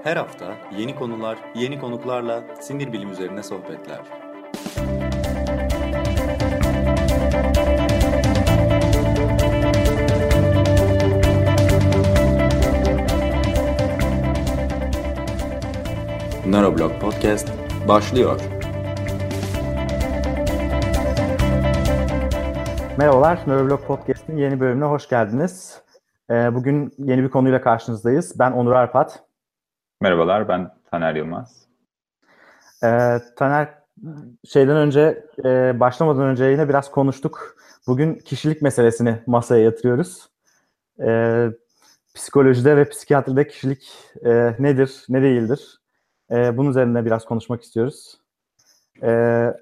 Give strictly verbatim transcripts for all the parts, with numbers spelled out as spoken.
Her hafta yeni konular, yeni konuklarla sinir bilim üzerine sohbetler. Neuroblog Podcast başlıyor. Merhabalar, Neuroblog Podcast'in yeni bölümüne hoş geldiniz. Bugün yeni bir konuyla karşınızdayız. Ben Onur Arpat. Merhabalar, ben Taner Yılmaz. Ee, Taner, şeyden önce, e, başlamadan önce yine biraz konuştuk. Bugün kişilik meselesini masaya yatırıyoruz. Ee, psikolojide ve psikiyatride kişilik e, nedir, ne değildir? E, bunun üzerine biraz konuşmak istiyoruz. Ee,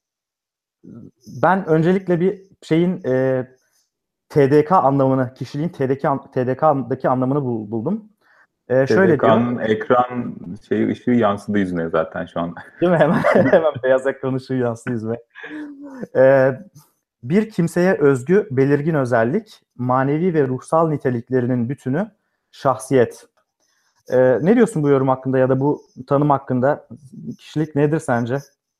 ben öncelikle bir şeyin e, T D K anlamını, kişiliğin T D K, T D K'daki anlamını bul, buldum. Ee, şöyle T D K'nın diyor. ekran şeyi ışığı yansıdı yüzüne zaten şu an. Değil mi? Hemen, hemen beyaz ekran ışığı yansıdı yüzüme. Ee, bir kimseye özgü belirgin özellik, manevi ve ruhsal niteliklerinin bütünü şahsiyet. Ee, ne diyorsun bu yorum hakkında ya da bu tanım hakkında? Kişilik nedir sence?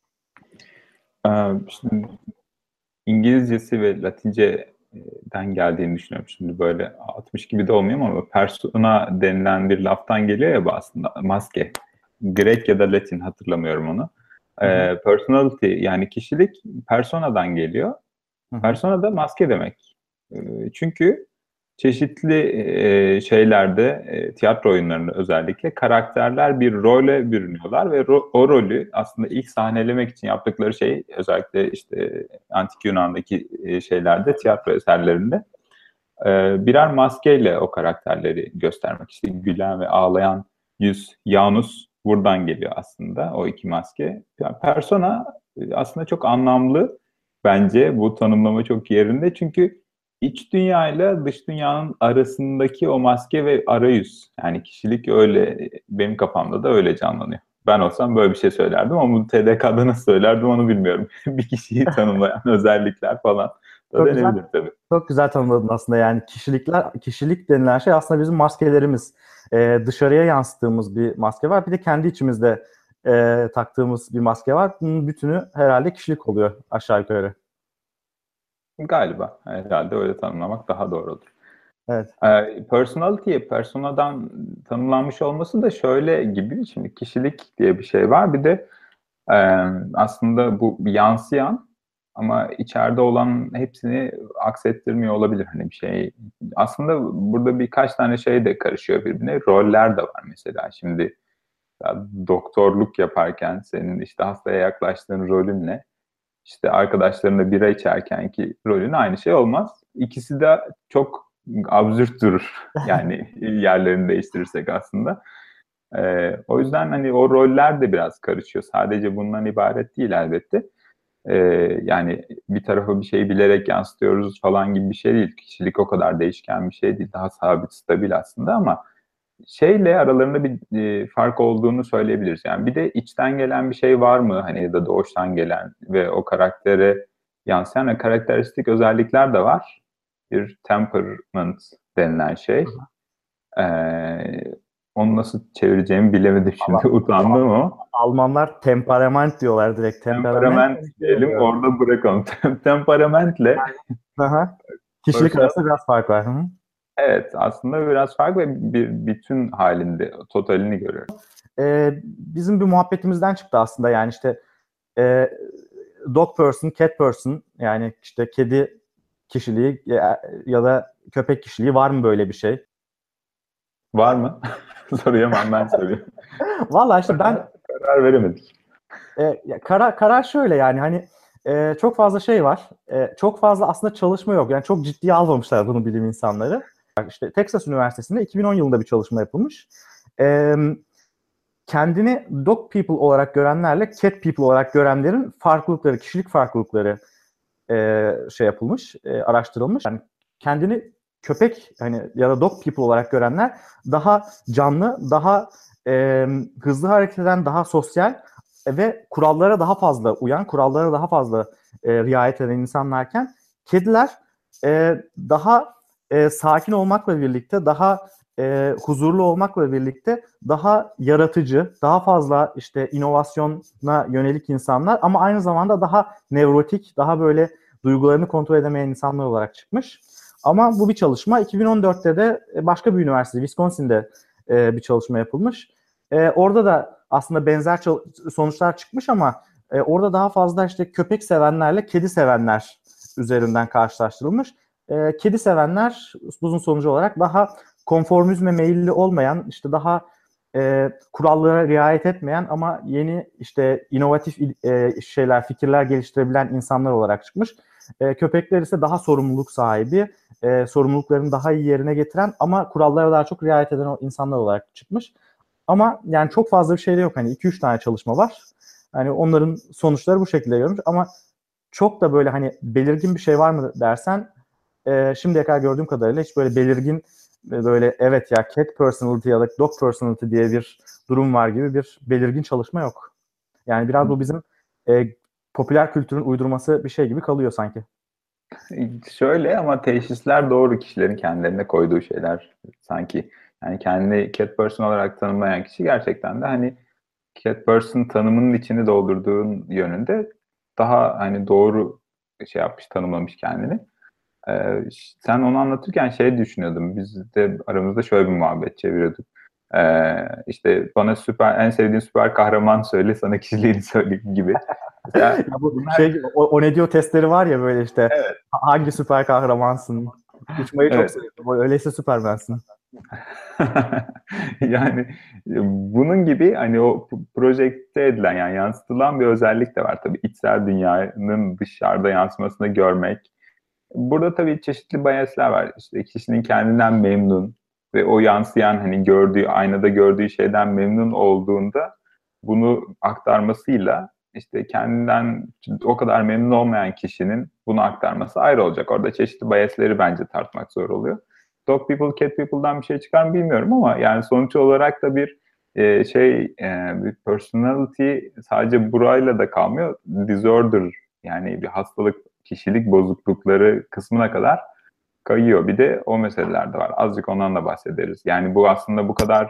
Ee, şimdi İngilizcesi ve Latinceden geldiğini düşünüyorum. Şimdi böyle altmış gibi de olmuyor ama persona denilen bir laftan geliyor ya bu aslında. Maske. Grek ya da Latin, hatırlamıyorum onu. Ee, personality yani kişilik personadan geliyor. Hı hı. Persona da maske demek. Ee, çünkü çeşitli e, şeylerde, e, tiyatro oyunlarında özellikle karakterler bir role bürünüyorlar ve ro- o rolü aslında ilk sahnelemek için yaptıkları şey, özellikle işte Antik Yunan'daki e, şeylerde, tiyatro eserlerinde e, birer maskeyle o karakterleri göstermek. İşte gülen ve ağlayan yüz, Janus buradan geliyor aslında, o iki maske. Yani persona e, aslında çok anlamlı bence, bu tanımlama çok yerinde çünkü İç dünya ile dış dünyanın arasındaki o maske ve arayüz. Yani kişilik öyle, benim kafamda da öyle canlanıyor. Ben olsam böyle bir şey söylerdim ama bu T D K'da nasıl söylerdim onu bilmiyorum. Bir kişiyi tanımlayan özellikler falan da Çok güzel, denebilir tabii. çok güzel tanımladın aslında. Yani kişilikler, kişilik denilen şey aslında bizim maskelerimiz. Ee, dışarıya yansıttığımız bir maske var. Bir de kendi içimizde e, taktığımız bir maske var. Bunun bütünü herhalde kişilik oluyor aşağı yukarı. Galiba herhalde öyle tanımlamak daha doğrudur. Evet. Ee, personality'ye personadan tanımlanmış olması da şöyle gibi. Şimdi kişilik diye bir şey var. Bir de e, aslında bu yansıyan ama içeride olan hepsini aksettirmiyor olabilir. Hani bir şey. Aslında burada birkaç tane şey de karışıyor birbirine. Roller de var mesela. Şimdi ya, doktorluk yaparken senin işte hastaya yaklaştığın rolünle işte arkadaşlarınla bira içerken ki rolün aynı şey olmaz. İkisi de çok absürt durur. Yani yerlerini değiştirirsek aslında. Ee, o yüzden hani o roller de biraz karışıyor. Sadece bundan ibaret değil elbette. Ee, yani bir tarafa bir şeyi bilerek yansıtıyoruz falan gibi bir şey değil. Kişilik o kadar değişken bir şey değil. Daha sabit, stabil aslında ama şeyle aralarında bir e, fark olduğunu söyleyebiliriz. Yani bir de içten gelen bir şey var mı? Hani ya da doğuştan gelen ve o karaktere yansıyan ve karakteristik özellikler de var. Bir temperament denilen şey. Ee, onu nasıl çevireceğimi bilemedim şimdi. Ama Utandım ama. Almanlar temperament diyorlar direkt. Temperament Temperament diyelim, orada bırakalım. Temperamentle Aha. Kişilik personal, arasında biraz fark var. Hı hı. evet, aslında biraz fark ve bir bütün halinde totalini görüyoruz. Ee, bizim bir muhabbetimizden çıktı aslında, yani işte e, dog person, cat person, yani işte kedi kişiliği ya, ya da köpek kişiliği var mı, böyle bir şey? Var mı? Soruyu hemen ben soruyorum. Vallahi işte ben Karar veremedik. e, ya karar karar şöyle, yani hani e, çok fazla şey var. E, çok fazla aslında çalışma yok. Yani çok ciddiye almamışlar bunu bilim insanları. İşte Texas Üniversitesi'nde iki bin on yılında bir çalışma yapılmış. E, kendini dog people olarak görenlerle cat people olarak görenlerin farklılıkları, kişilik farklılıkları e, şey yapılmış, e, araştırılmış. Yani kendini köpek hani ya da dog people olarak görenler daha canlı, daha e, hızlı hareket eden, daha sosyal ve kurallara daha fazla uyan, kurallara daha fazla e, riayet eden insanlarken kediler e, daha e, sakin olmakla birlikte, daha e, huzurlu olmakla birlikte daha yaratıcı, daha fazla işte inovasyona yönelik insanlar ama aynı zamanda daha nevrotik, daha böyle duygularını kontrol edemeyen insanlar olarak çıkmış. Ama bu bir çalışma. iki bin on dörtte de başka bir üniversite, Wisconsin'de e, bir çalışma yapılmış. E, orada da aslında benzer sonuçlar çıkmış ama e, orada daha fazla işte köpek sevenlerle kedi sevenler üzerinden karşılaştırılmış. E, kedi sevenler bunun sonucu olarak daha konformizme meyilli olmayan, işte daha e, kurallara riayet etmeyen ama yeni işte inovatif e, şeyler, fikirler geliştirebilen insanlar olarak çıkmış. E, köpekler ise daha sorumluluk sahibi, e, sorumluluklarını daha iyi yerine getiren ama kurallara daha çok riayet eden o insanlar olarak çıkmış. Ama yani çok fazla bir şey de yok. Hani iki üç tane çalışma var. Hani onların sonuçları bu şekilde görmüş ama çok da böyle hani belirgin bir şey var mı dersen e, şimdiye kadar gördüğüm kadarıyla hiç böyle belirgin e, böyle evet ya cat personality ya da dog personality diye bir durum var gibi bir belirgin çalışma yok. Yani biraz bu bizim e, popüler kültürün uydurması bir şey gibi kalıyor sanki. Şöyle ama teşhisler doğru, kişilerin kendilerine koyduğu şeyler sanki. Yani kendini cat person olarak tanımlayan kişi gerçekten de hani cat person tanımının içini doldurduğun yönünde daha hani doğru şey yapmış, tanımlamış kendini. Ee, sen onu anlatırken şey düşünüyordum. Biz de aramızda şöyle bir muhabbet çeviriyorduk. Ee, işte bana süper, en sevdiğin süper kahraman söyle, sana kişiliğini söyle gibi. Mesela Ya bu bunlar, şey o, o ne diyor testleri var ya böyle işte evet, hangi süper kahramansın? Uçmayı çok evet. seviyorum. Öyleyse Süpermensin. Yani e, bunun gibi hani o p- projekte edilen, yani yansıtılan bir özellik de var tabii. İçsel dünyanın dışarıda yansımasını görmek. Burada tabii çeşitli bias'ler var. İşte kişinin kendinden memnun ve o yansıyan, hani gördüğü, aynada gördüğü şeyden memnun olduğunda bunu aktarmasıyla işte kendinden o kadar memnun olmayan kişinin bunu aktarması ayrı olacak. Orada çeşitli bias'leri bence tartmak zor oluyor. Dog people, cat people'dan bir şey çıkar mı bilmiyorum ama yani sonuç olarak da bir e, şey e, bir personality sadece burayla da kalmıyor. Disorder, yani bir hastalık, kişilik bozuklukları kısmına kadar kayıyor. Bir de o meseleler de var. Azıcık ondan da bahsederiz. Yani bu aslında bu kadar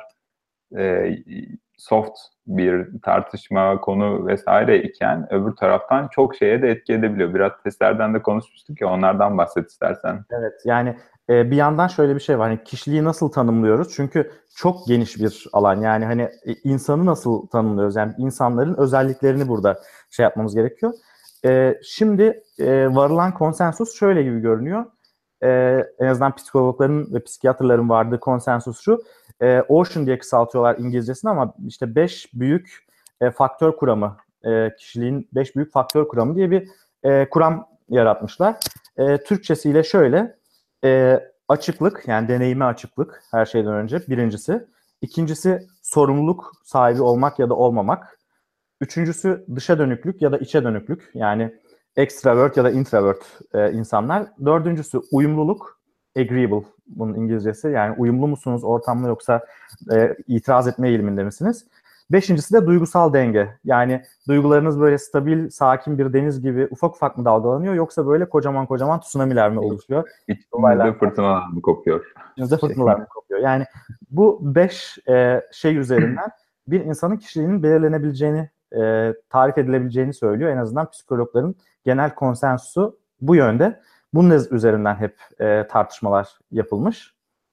e, soft bir tartışma konu vesaire iken öbür taraftan çok şeye de etki edebiliyor. Biraz testlerden de konuşmuştuk ya, onlardan bahset istersen. Evet yani e, bir yandan şöyle bir şey var. Hani kişiliği nasıl tanımlıyoruz? Çünkü çok geniş bir alan. Yani hani e, insanı nasıl tanımlıyoruz? Yani insanların özelliklerini burada şey yapmamız gerekiyor. E, şimdi e, varılan konsensus şöyle gibi görünüyor. E, en azından psikologların ve psikiyatrların vardığı konsensus şu. E, Ocean diye kısaltıyorlar İngilizcesini ama işte beş büyük e, faktör kuramı, e, kişiliğin beş büyük faktör kuramı diye bir e, kuram yaratmışlar. E, Türkçesiyle şöyle, e, açıklık, yani deneyime açıklık her şeyden önce birincisi. İkincisi sorumluluk sahibi olmak ya da olmamak. Üçüncüsü dışa dönüklük ya da içe dönüklük, yani extrovert ya da introvert e, insanlar. Dördüncüsü uyumluluk, agreeable bunun İngilizcesi, yani uyumlu musunuz ortamla yoksa e, itiraz etme eğiliminde misiniz? Beşincisi de duygusal denge. Yani duygularınız böyle stabil, sakin bir deniz gibi ufak ufak mı dalgalanıyor yoksa böyle kocaman kocaman tsunami'ler mi oluşuyor? İçimizde fırtınalar mı kopuyor? İçinizde fırtınalar mı kopuyor? Yani bu beş e, şey üzerinden bir insanın kişiliğinin belirlenebileceğini, e, tarif edilebileceğini söylüyor. En azından psikologların genel konsensusu bu yönde. Bunun üzerinden hep e, tartışmalar yapılmış.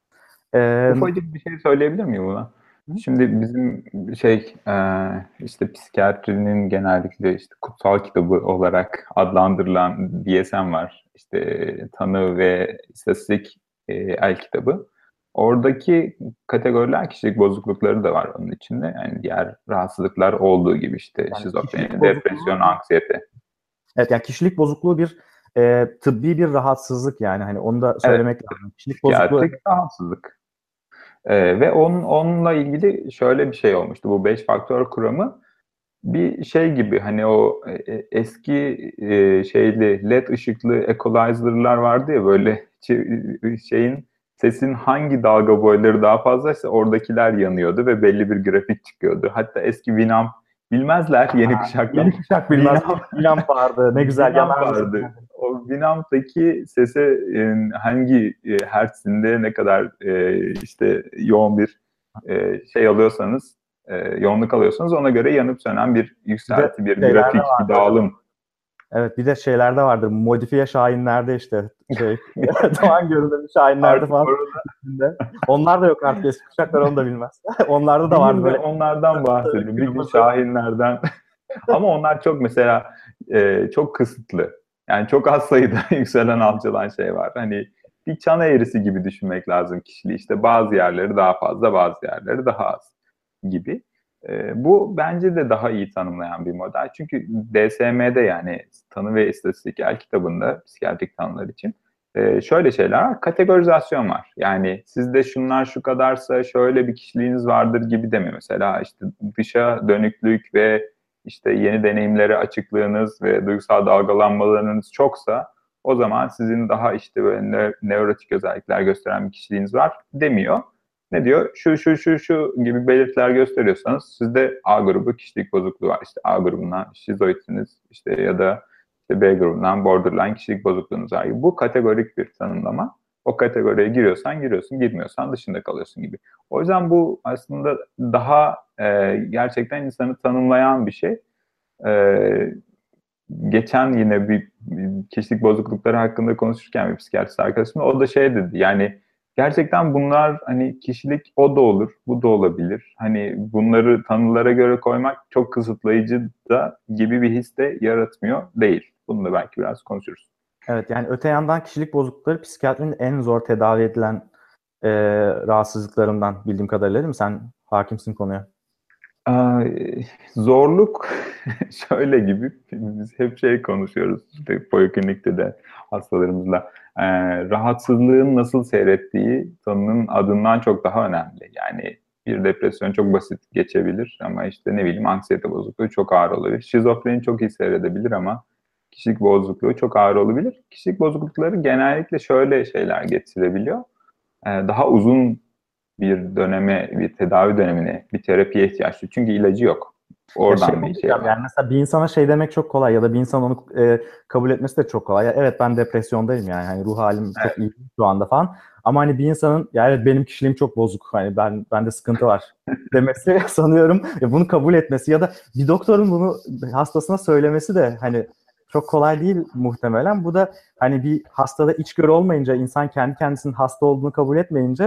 E, Ufacık bir şey söyleyebilir miyim buna? Şimdi bizim şey e, işte psikiyatrinin genellikle işte kutsal kitabı olarak adlandırılan D S M var. İşte tanı ve istatistik e, el kitabı. Oradaki kategoriler, kişilik bozuklukları da var onun içinde. Yani diğer rahatsızlıklar olduğu gibi işte yani kişilik şizofreni, bozukluğu, depresyon, anksiyete. evet yani kişilik bozukluğu bir e, tıbbi bir rahatsızlık, yani hani onu da Evet, söylemek lazım. Kişilik bozukluğu, psikiyatrik rahatsızlık. Ee, ve onun, onunla ilgili şöyle bir şey olmuştu. Bu beş faktör kuramı bir şey gibi, hani o e, eski e, şeyli led ışıklı equalizer'lar vardı ya, böyle şeyin, sesin hangi dalga boyları daha fazlaysa oradakiler yanıyordu ve belli bir grafik çıkıyordu. Hatta eski Winamp bilmezler yeni kuşaklar. yeni kuşak bilmez. Winamp, Winamp vardı. Ne güzel Winamp yanar mısın? vardı. O Winamp'taki sese e, hangi e, hertzinde ne kadar e, işte yoğun bir e, şey alıyorsanız, e, yoğunluk alıyorsanız ona göre yanıp sönen bir yükselti, bir grafik, bir dağılım. Evet, bir de şeylerde vardır. Modifiye şahinlerde işte şey Doğan görünümlü şahinlerde falan. Onlar da yok artık, eski kuşaklar onu da bilmez. Onlarda da vardı böyle. Onlardan bahsediyorum. Bir gün şahinlerden. Ama onlar çok mesela e, çok kısıtlı. Yani çok az sayıda yükselen alçalan şey var. Hani bir çan eğrisi gibi düşünmek lazım kişiliği. İşte bazı yerleri daha fazla, bazı yerleri daha az gibi. E, bu bence de daha iyi tanımlayan bir model. Çünkü D S M'de, yani tanı ve istatistik el kitabında psikiyatrik tanılar için e, şöyle şeyler var. Kategorizasyon var. Yani sizde şunlar şu kadarsa şöyle bir kişiliğiniz vardır gibi demiyor. Mesela işte dışa dönüklük ve işte yeni deneyimlere açıklığınız ve duygusal dalgalanmalarınız çoksa o zaman sizin daha işte böyle nö- nörotik özellikler gösteren bir kişiliğiniz var demiyor. Ne diyor? Şu şu şu şu gibi belirtiler gösteriyorsanız sizde A grubu kişilik bozukluğu var. İşte A grubundan şizoidsiniz işte ya da işte B grubundan borderline kişilik bozukluğunuz var gibi. Bu kategorik bir tanımlama. O kategoriye giriyorsan giriyorsun, girmiyorsan dışında kalıyorsun gibi. O yüzden bu aslında daha e, gerçekten insanı tanımlayan bir şey. E, geçen yine bir, bir kişilik bozuklukları hakkında konuşurken bir psikiyatrist arkadaşımla o da şey dedi. Yani gerçekten bunlar hani kişilik o da olur, bu da olabilir. Hani bunları tanılara göre koymak çok kısıtlayıcı da gibi bir his de yaratmıyor değil. Bunu da belki biraz konuşuruz. Evet, yani öte yandan kişilik bozuklukları psikiyatrinin en zor tedavi edilen e, rahatsızlıklarından bildiğim kadarıyla, değil mi? Sen hakimsin konuya. Ee, zorluk şöyle gibi, biz hep şey konuşuyoruz işte poliklinikte de hastalarımızla, ee, rahatsızlığın nasıl seyrettiği tanının adından çok daha önemli. Yani bir depresyon çok basit geçebilir ama işte ne bileyim anksiyete bozukluğu çok ağır olabilir. Şizofreni çok iyi seyredebilir ama kişilik bozukluğu çok ağır olabilir. Kişilik bozuklukları genellikle şöyle şeyler getirebiliyor. Ee, daha uzun bir döneme, bir tedavi dönemine, bir terapiye ihtiyaç duyuyor. Çünkü ilacı yok. Oradan şey bir şey var. Yani mesela bir insana şey demek çok kolay ya da bir insan onu e, kabul etmesi de çok kolay. Ya, evet, ben depresyondayım, yani hani ruh halim çok Evet. iyi şu anda falan. Ama hani bir insanın ya evet benim kişiliğim çok bozuk. Hani ben bende sıkıntı var demesi sanıyorum ya bunu kabul etmesi ya da bir doktorun bunu hastasına söylemesi de hani çok kolay değil muhtemelen. Bu da hani bir hastada içgörü olmayınca, insan kendi kendisinin hasta olduğunu kabul etmeyince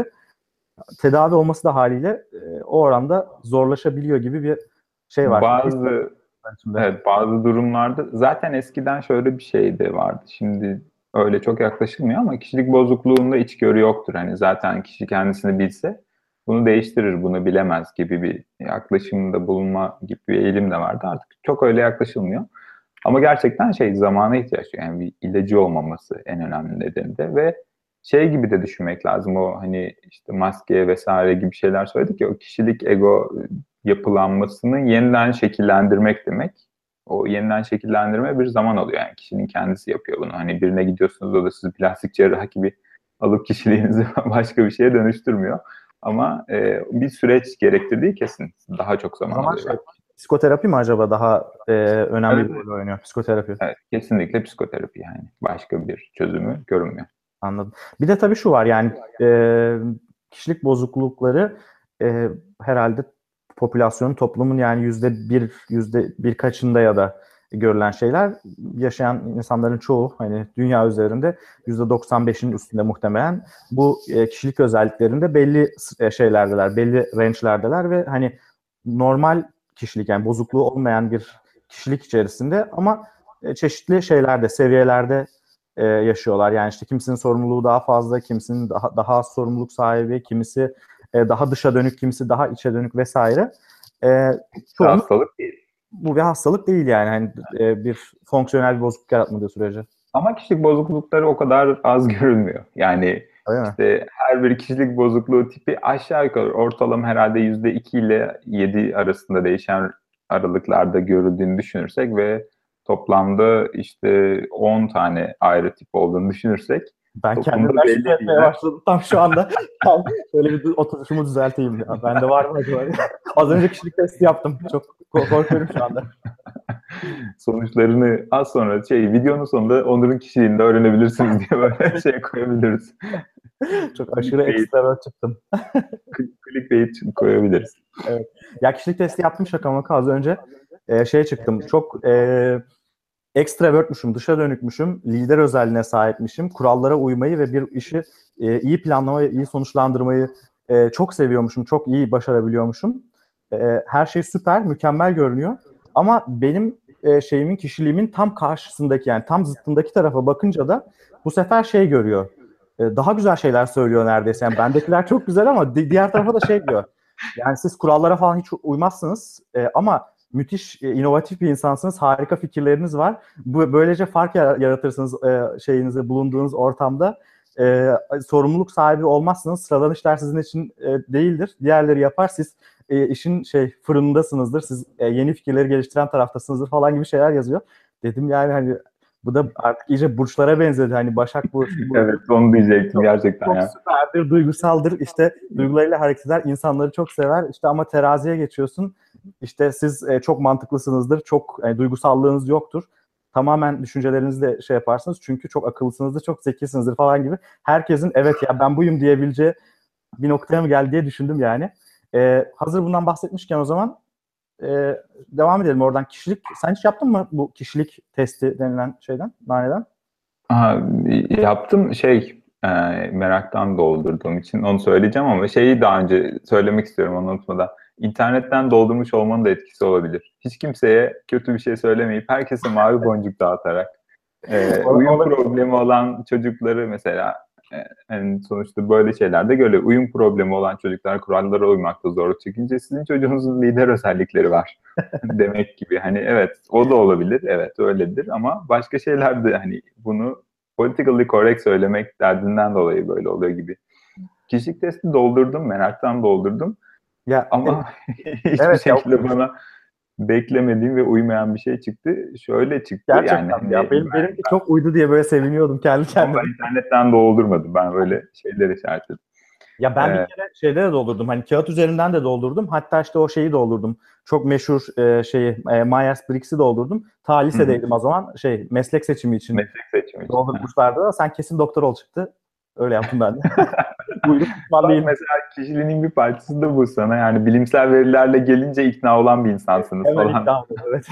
tedavi olması da haliyle e, o oranda zorlaşabiliyor gibi bir şey var. Bazı evet, bazı durumlarda zaten eskiden şöyle bir şey de vardı. Şimdi öyle çok yaklaşılmıyor ama kişilik bozukluğunda içgörü yoktur. Hani zaten kişi kendisini bilse bunu değiştirir, bunu bilemez gibi bir yaklaşımda bulunma gibi bir eğilim de vardı. Artık çok öyle yaklaşılmıyor. Ama gerçekten şey zamana ihtiyaç duyuyor. Yani bir ilacı olmaması en önemli nedeni de ve şey gibi de düşünmek lazım. O hani işte maske vesaire gibi şeyler söyledik ya, o kişilik ego yapılanmasını yeniden şekillendirmek demek. O yeniden şekillendirme bir zaman alıyor. Yani kişinin kendisi yapıyor bunu. Hani birine gidiyorsunuz, o da sizi plastik cerrah gibi alıp kişiliğinizi başka bir şeye dönüştürmüyor. Ama e, bir süreç gerektirdiği kesin. Daha çok zaman zaman alıyor. şey, psikoterapi mi acaba daha e, önemli Evet. bir rol oynuyor? Psikoterapi. Evet, kesinlikle psikoterapi yani. Başka bir çözümü görünmüyor. Anladım. Bir de tabii şu var, yani e, kişilik bozuklukları e, herhalde popülasyonun, toplumun yani yüzde bir, yüzde birkaçında ya da görülen şeyler. Yaşayan insanların çoğu, hani dünya üzerinde yüzde doksan beşin üstünde muhtemelen bu e, kişilik özelliklerinde belli e, şeylerdeler, belli range'lerdeler ve hani normal kişilik, yani bozukluğu olmayan bir kişilik içerisinde ama e, çeşitli şeylerde, seviyelerde e, yaşıyorlar. Yani işte kimisinin sorumluluğu daha fazla, kimisinin daha daha az sorumluluk sahibi, kimisi e, daha dışa dönük, kimisi daha içe dönük vesaire. E, çoğunluk, Hastalık değil. bu bir hastalık değil yani, hani e, bir fonksiyonel bir bozukluk yaratmadığı sürece. Ama kişilik bozuklukları o kadar az görülmüyor. Yani Öyle mi? işte her bir kişilik bozukluğu tipi aşağı yukarı ortalama herhalde yüzde iki ile yedi arasında değişen aralıklarda görüldüğünü düşünürsek ve toplamda işte on tane ayrı tip olduğunu düşünürsek Ben toplumda kendimden belli şüphe etmeye bilgiler. başladım tam şu anda. Tam şöyle bir oturuşumu düzelteyim ya. Bende var mı acaba? Az önce kişilik testi yaptım. Çok korkuyorum şu anda. Sonuçlarını az sonra şey videonun sonunda Onur'un kişiliğini de öğrenebilirsiniz diye böyle şey koyabiliriz. Çok aşırı ekstravert çıktım. Clickbait koyabiliriz. Evet. Ya kişilik testi yaptım şaka maka az önce. Ee, şey çıktım. Çok e, extravertmişim, dışa dönükmüşüm, lider özelliğine sahipmişim, kurallara uymayı ve bir işi e, iyi planlamayı, iyi sonuçlandırmayı e, çok seviyormuşum, çok iyi başarabiliyormuşum. E, her şey süper, mükemmel görünüyor. Ama benim e, şeyimin, kişiliğimin tam karşısındaki yani tam zıttındaki tarafa bakınca da bu sefer şey görüyor. E, daha güzel şeyler söylüyor neredeyse. Yani bendekiler çok güzel ama di- diğer tarafa da şey diyor. Yani siz kurallara falan hiç uymazsınız e, ama müthiş e, inovatif bir insansınız, harika fikirleriniz var. Bu böylece fark yaratırsınız e, şeyinizi bulunduğunuz ortamda. E, sorumluluk sahibi olmazsınız. Sıradan işler sizin için e, değildir. Diğerleri yapar. Siz e, işin şey fırındasınızdır. Siz e, yeni fikirleri geliştiren taraftasınızdır falan gibi şeyler yazıyor. Dedim yani hani bu da artık iyice burçlara benzedi. Hani Başak Burcu. Evet, onu diyecektim gerçekten Çok ya. süperdir, duygusaldır. İşte duygularıyla hareket eder, insanları çok sever. İşte ama teraziye geçiyorsun. İşte siz e, çok mantıklısınızdır, çok e, duygusallığınız yoktur. Tamamen düşüncelerinizle şey yaparsınız. Çünkü çok akıllısınızdır, çok zekisinizdir falan gibi. Herkesin evet ya ben buyum diyebileceği bir noktaya mı geldi diye düşündüm yani. E, hazır bundan bahsetmişken o zaman e, devam edelim oradan. Kişilik, sen hiç yaptın mı bu kişilik testi denilen şeyden, Nane'den? Aha, yaptım şey e, meraktan doldurduğum için onu söyleyeceğim ama şeyi daha önce söylemek istiyorum onu unutmadan. İnternetten doldurmuş olmanın da etkisi olabilir. Hiç kimseye kötü bir şey söylemeyip herkese mavi boncuk dağıtarak e, uyum problemi olan çocukları mesela e, yani sonuçta böyle şeylerde göre uyum problemi olan çocuklar kurallara uymakta zorluk çekince sizin çocuğunuzun lider özellikleri var demek gibi. Hani evet o da olabilir. Evet öyledir ama başka şeyler de hani bunu politically correct söylemek derdinden dolayı böyle oluyor gibi. Kişilik testi doldurdum, meraktan doldurdum Ya ama hiçbir evet ya şekilde bana beklemediğim ve uymayan bir şey çıktı. Şöyle çıktı yani gerçekten ya hani benim ben, benimki çok uydu diye böyle seviniyordum kendi ama kendime. ben internetten doldurmadım. Ben böyle şeyler işaretledim. Ya ben bir Ee, kere şeyde de doldurdum. Hani kağıt üzerinden de doldurdum. Hatta işte o şeyi doldurdum. Çok meşhur e, şeyi e, Myers-Briggs'i doldurdum. Ta hı hı. lisedeydim o zaman. Şey meslek seçimi için Meslek seçimi için. doldurmuşlardı da sen kesin doktor ol çıktı. Öyle yaptım ben de. Uydum pişman Bak değilim. mesela kişiliğinin bir parçası da bu sana. Yani bilimsel verilerle gelince ikna olan bir insansınız Hemen falan. ikna oldum, evet.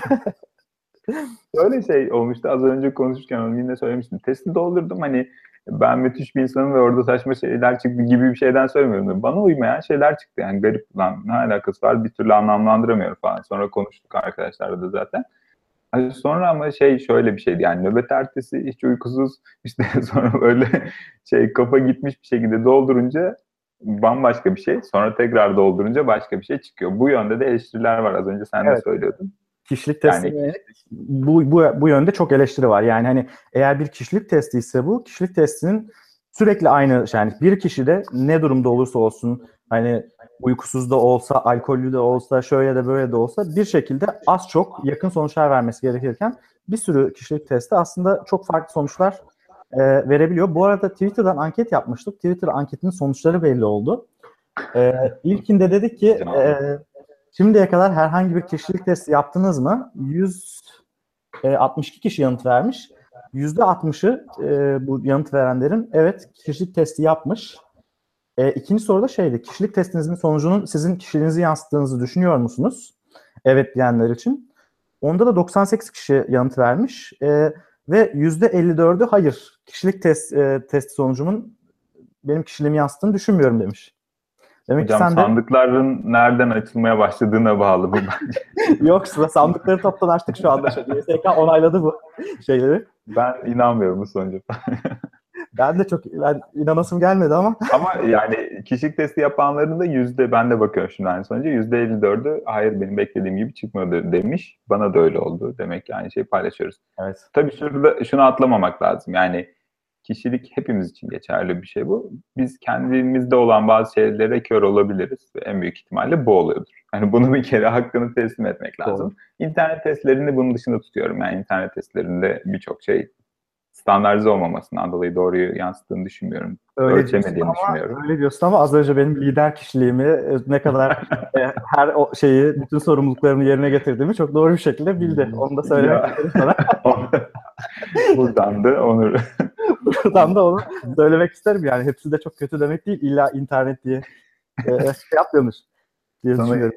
Öyle şey olmuştu. Az önce konuşurken onu yine söylemiştim. Testi doldurdum hani ben müthiş bir insanım ve orada saçma şeyler çıktı gibi bir şeyden söylemiyorum. Bana uymayan şeyler çıktı. Yani garip lan ne alakası var bir türlü anlamlandıramıyorum falan. Sonra konuştuk arkadaşlarla da zaten. Hani sonra ama şey şöyle bir şeydi yani nöbet ertesi hiç uykusuz işte sonra böyle şey kafa gitmiş bir şekilde doldurunca bambaşka bir şey. Sonra tekrar doldurunca başka bir şey çıkıyor. Bu yönde de eleştiriler var. Az önce sen de Evet. söylüyordun. Kişilik Yani testine yönelik bu, bu, bu yönde çok eleştiri var. Yani hani eğer bir kişilik testi ise bu kişilik testinin sürekli aynı yani bir kişi de ne durumda olursa olsun hani uykusuz da olsa, alkollü de olsa, şöyle de böyle de olsa bir şekilde az çok yakın sonuçlar vermesi gerekirken bir sürü kişilik testi aslında çok farklı sonuçlar e, verebiliyor. Bu arada Twitter'dan anket yapmıştık. Twitter anketinin sonuçları belli oldu. E, ilkinde dedik ki e, şimdiye kadar herhangi bir kişilik testi yaptınız mı? yüz altmış iki kişi yanıt vermiş. yüzde altmışı e, bu yanıt verenlerin evet kişilik testi yapmış. E, ikinci soruda şeydi. Kişilik testinizin sonucunun sizin kişiliğinizi yansıttığınızı düşünüyor musunuz? Evet diyenler için. Onda da doksan sekiz kişi yanıt vermiş. E, ve yüzde elli dördü hayır. Kişilik test, e, testi sonucumun benim kişiliğimi yansıttığını düşünmüyorum demiş. Demek ki hocam sen de sandıkların nereden açılmaya başladığına bağlı bu bence. yoksa sandıkları toptan açtık şu anda. Y S K onayladı bu şeyleri. Ben inanmıyorum bu sonuca. Ben de çok ben inanasım gelmedi ama. Ama yani kişilik testi yapanların da yüzde ben de bakıyorum şimdi aynı sonuca yüzde elli dördü hayır benim beklediğim gibi çıkmadı demiş. Bana da öyle oldu. Demek ki aynı şeyi paylaşıyoruz. Evet. Tabii şurada şunu atlamamak lazım. Yani kişilik hepimiz için geçerli bir şey bu. Biz kendimizde olan bazı şeylere kör olabiliriz ve en büyük ihtimalle bu oluyordur. Yani bunu bir kere hakkını teslim etmek lazım. Doğru. İnternet testlerini bunun dışında tutuyorum. Yani internet testlerinde birçok şey standartize olmamasından dolayı doğruyu yansıttığını düşünmüyorum. Öyle diyorsun Ölçemediğini ama düşünüyorum. öyle diyorsun ama az önce benim lider kişiliğimi e, ne kadar e, her o şeyi bütün sorumluluklarımı yerine getirdiğimi çok doğru bir şekilde bildi. Onu da söylemek Ya, isterim sana. buradan da onu Buradan da onu söylemek isterim yani. Hepsi de çok kötü demek değil. İlla internet diye e, şey yapmıyormuş diye sana, düşünüyorum.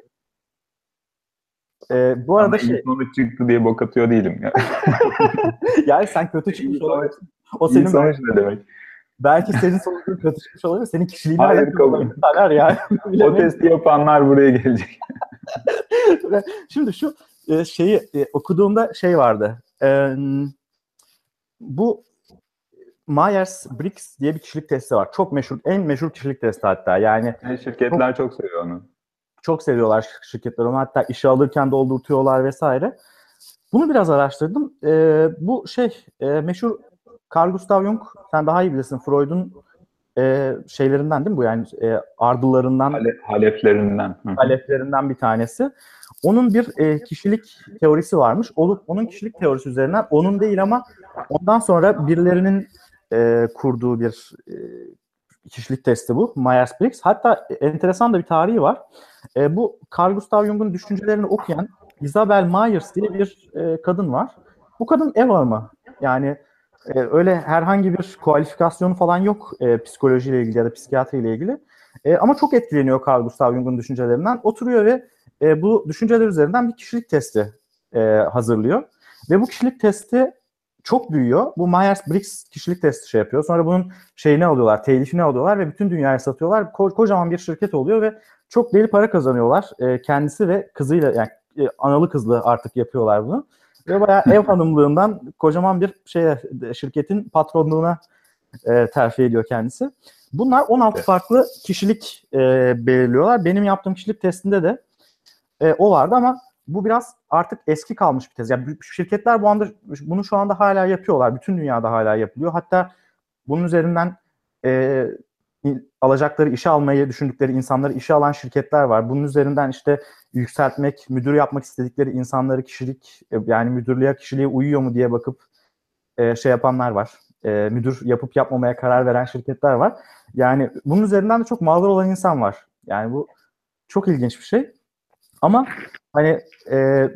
E, bu sana arada iyi şey sonuç çıktı diye bok atıyor değilim. Ya. yani sen kötü İyi çıkmış sonuç, olabilirsin. O iyi senin sonuç ne demek? belki senin sonucun kötü çıkmış olabilir. Senin kişiliğine Hayır, alakalı kabul. olabilir. Taner yani. O Bilemeyiz. testi yapanlar buraya gelecek. Şimdi şu e, şeyi e, okuduğumda şey vardı. E, bu Myers-Briggs diye bir kişilik testi var. Çok meşhur, en meşhur kişilik testi hatta. Yani Yani şirketler çok seviyor onu. çok seviyorlar şirketler onu. Hatta işe alırken doldurtuyorlar vesaire. Bunu biraz araştırdım. E, bu şey e, meşhur Carl Gustav Jung, sen daha iyi bilirsin. Freud'un e, şeylerinden değil mi bu? Yani e, ardılarından, Hale, haleflerinden. Hı hı. haleflerinden bir tanesi. Onun bir e, kişilik teorisi varmış. Olup onun kişilik teorisi üzerinden, onun değil ama ondan sonra birilerinin e, kurduğu bir e, kişilik testi bu. Myers-Briggs. Hatta enteresan da bir tarihi var. E, bu Carl Gustav Jung'un düşüncelerini okuyan Isabel Myers diye bir e, kadın var. Bu kadın ev hanımı. Yani e, öyle herhangi bir kualifikasyonu falan yok e, psikolojiyle ilgili ya da psikiyatriyle ilgili. E, ama çok etkileniyor Carl Gustav Jung'un düşüncelerinden. Oturuyor ve e, bu düşünceler üzerinden bir kişilik testi e, hazırlıyor. Ve bu kişilik testi çok büyüyor. Bu Myers-Briggs kişilik testi şey yapıyor. Sonra bunun şeyini alıyorlar, telifini alıyorlar ve bütün dünyaya satıyorlar. Ko- kocaman bir şirket oluyor ve çok deli para kazanıyorlar. E, kendisi ve kızıyla, yani e, analı kızlı artık yapıyorlar bunu. Ve bayağı ev hanımlığından kocaman bir şeye, şirketin patronluğuna e, terfi ediyor kendisi. Bunlar on altı farklı kişilik e, belirliyorlar. Benim yaptığım kişilik testinde de e, o vardı ama bu biraz artık eski kalmış bir tez. Yani şirketler bu anda bunu şu anda hala yapıyorlar. Bütün dünyada hala yapılıyor. Hatta bunun üzerinden e, alacakları, işe almayı düşündükleri insanları işe alan şirketler var. Bunun üzerinden işte yükseltmek, müdür yapmak istedikleri insanları kişilik, yani müdürlüğe, kişiliğe uyuyor mu diye bakıp e, şey yapanlar var. E, müdür yapıp yapmamaya karar veren şirketler var. Yani bunun üzerinden de çok mağdur olan insan var. Yani bu çok ilginç bir şey. Ama hani e,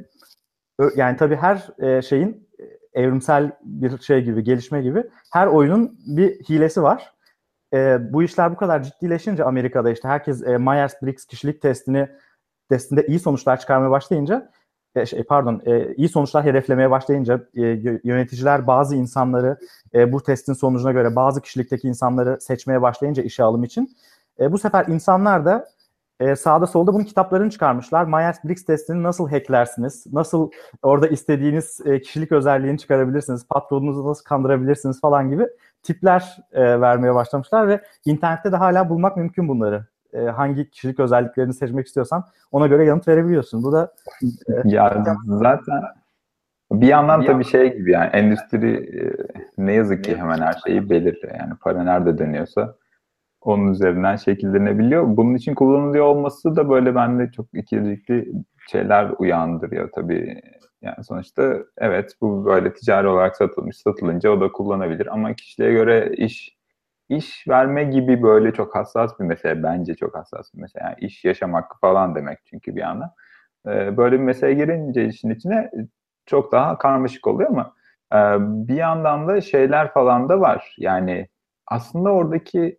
yani tabii her e, şeyin evrimsel bir şey gibi, gelişme gibi her oyunun bir hilesi var. E, bu işler bu kadar ciddileşince Amerika'da işte herkes e, Myers-Briggs kişilik testini testinde iyi sonuçlar çıkarmaya başlayınca e, şey, pardon e, iyi sonuçlar hedeflemeye başlayınca e, yöneticiler bazı insanları e, bu testin sonucuna göre bazı kişilikteki insanları seçmeye başlayınca işe alım için e, bu sefer insanlar da e, sağda solda bunun kitaplarını çıkarmışlar. Myers-Briggs testini nasıl hacklersiniz? Nasıl orada istediğiniz e, kişilik özelliğini çıkarabilirsiniz? Patronunuzu nasıl kandırabilirsiniz falan gibi tipler e, vermeye başlamışlar ve internette de hala bulmak mümkün bunları. E, hangi kişilik özelliklerini seçmek istiyorsan ona göre yanıt verebiliyorsun. Bu da e, Ya zaten bir yandan tabii şey gibi yani endüstri e, ne yazık ki hemen her şeyi belirliyor. Yani para nerede dönüyorsa onun üzerinden şekillenebiliyor. Bunun için kullanılıyor olması da böyle bende çok ikircikli şeyler uyandırıyor tabii. Yani sonuçta evet bu böyle ticari olarak satılmış, satılınca o da kullanabilir ama kişiliğe göre iş iş verme gibi böyle çok hassas bir mesele, bence çok hassas bir mesele. Yani iş yaşam hakkı falan demek çünkü bir yandan. Ee, böyle bir mesele girince işin içine çok daha karmaşık oluyor ama e, bir yandan da şeyler falan da var. Yani aslında oradaki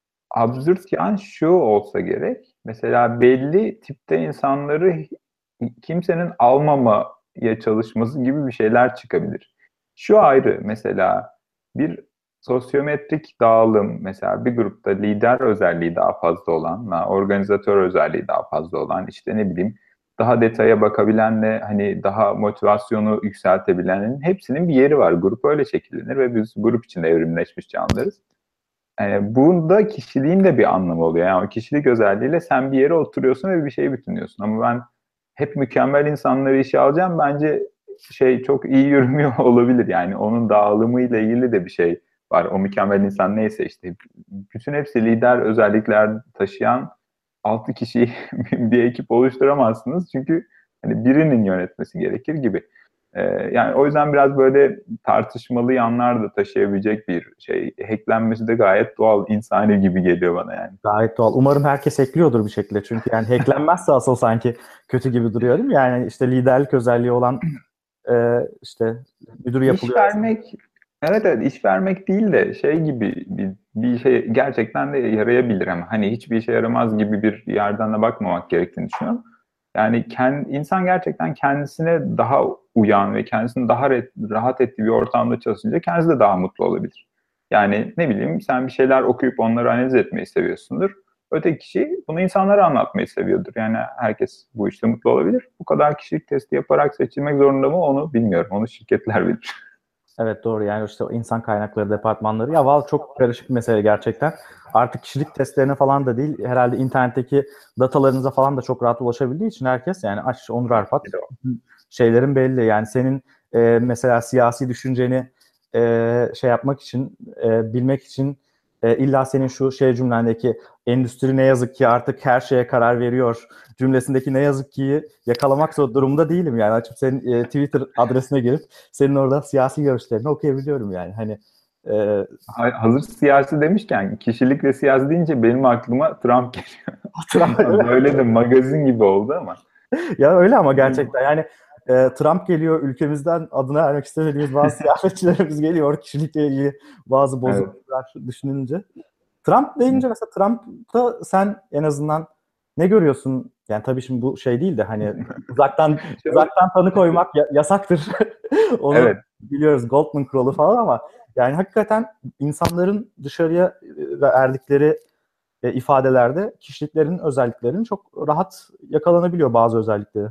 absürt yan şu olsa gerek. Mesela belli tipte insanları kimsenin almamaya çalışması gibi bir şeyler çıkabilir. Şu ayrı mesela bir sosyometrik dağılım, mesela bir grupta lider özelliği daha fazla olan, organizatör özelliği daha fazla olan, işte ne bileyim daha detaya bakabilenle hani daha motivasyonu yükseltebilenin hepsinin bir yeri var. Grup öyle şekillenir ve biz grup içinde evrimleşmiş canlılarız. E, bunda kişiliğin de bir anlamı oluyor. Yani o kişilik özelliğiyle sen bir yere oturuyorsun ve bir şeyi bütünlüyorsun. Ama ben hep mükemmel insanları işe alacağım. Bence şey çok iyi yürümüyor olabilir. Yani onun dağılımıyla ilgili de bir şey var. O mükemmel insan neyse işte bütün hepsi lider özellikler taşıyan altı kişi bir ekip oluşturamazsınız. Çünkü hani birinin yönetmesi gerekir gibi. Ee, yani o yüzden biraz böyle tartışmalı yanlar da taşıyabilecek bir şey. Hacklenmesi de gayet doğal, insani gibi geliyor bana yani. Gayet doğal. Umarım herkes ekliyordur bir şekilde. Çünkü yani hacklenmezse asıl sanki kötü gibi duruyor değil mi? Yani işte liderlik özelliği olan e, işte müdür İş yapılıyor. vermek, evet evet iş vermek değil de şey gibi bir, bir şey gerçekten de yarayabilir ama hani hiçbir işe yaramaz gibi bir yerden de bakmamak gerektiğini düşünüyorum. Yani kend, insan gerçekten kendisine daha uyan ve kendisini daha re- rahat ettiği bir ortamda çalışınca kendisi de daha mutlu olabilir. Yani ne bileyim sen bir şeyler okuyup onları analiz etmeyi seviyorsundur. Öteki kişi bunu insanlara anlatmayı seviyordur. Yani herkes bu işte mutlu olabilir. Bu kadar kişilik testi yaparak seçilmek zorunda mı onu bilmiyorum. Onu şirketler bilir. Evet doğru yani işte o insan kaynakları departmanları ya val çok karışık bir mesele gerçekten. Artık kişilik testlerine falan da değil herhalde internetteki datalarınıza falan da çok rahat ulaşabildiği için herkes yani aç Onur Arpat şeylerin belli. Yani senin e, mesela siyasi düşünceni e, şey yapmak için e, bilmek için e, illa senin şu şey cümlendeki endüstri ne yazık ki artık her şeye karar veriyor cümlesindeki ne yazık ki yakalamak zor durumda değilim yani açıp senin e, Twitter adresine girip senin orada siyasi görüşlerini okuyabiliyorum yani hani e, Hazır siyasi demişken kişilik ve siyasi deyince benim aklıma Trump geliyor. Trump Böyle de magazin gibi oldu ama. ya öyle ama gerçekten yani e, Trump geliyor ülkemizden adına vermek istemediğimiz bazı siyasetçilerimiz geliyor kişilikle ilgili bazı Evet. bozukluklar düşününce. Trump deyince mesela Trump'ta sen en azından ne görüyorsun? Yani tabii şimdi bu şey değil de hani uzaktan Şöyle, uzaktan tanı koymak ya- yasaktır. Onu evet. biliyoruz Goldman kuralı falan ama yani hakikaten insanların dışarıya e, verdikleri e, ifadelerde kişiliklerin özelliklerinin çok rahat yakalanabiliyor bazı özellikleri.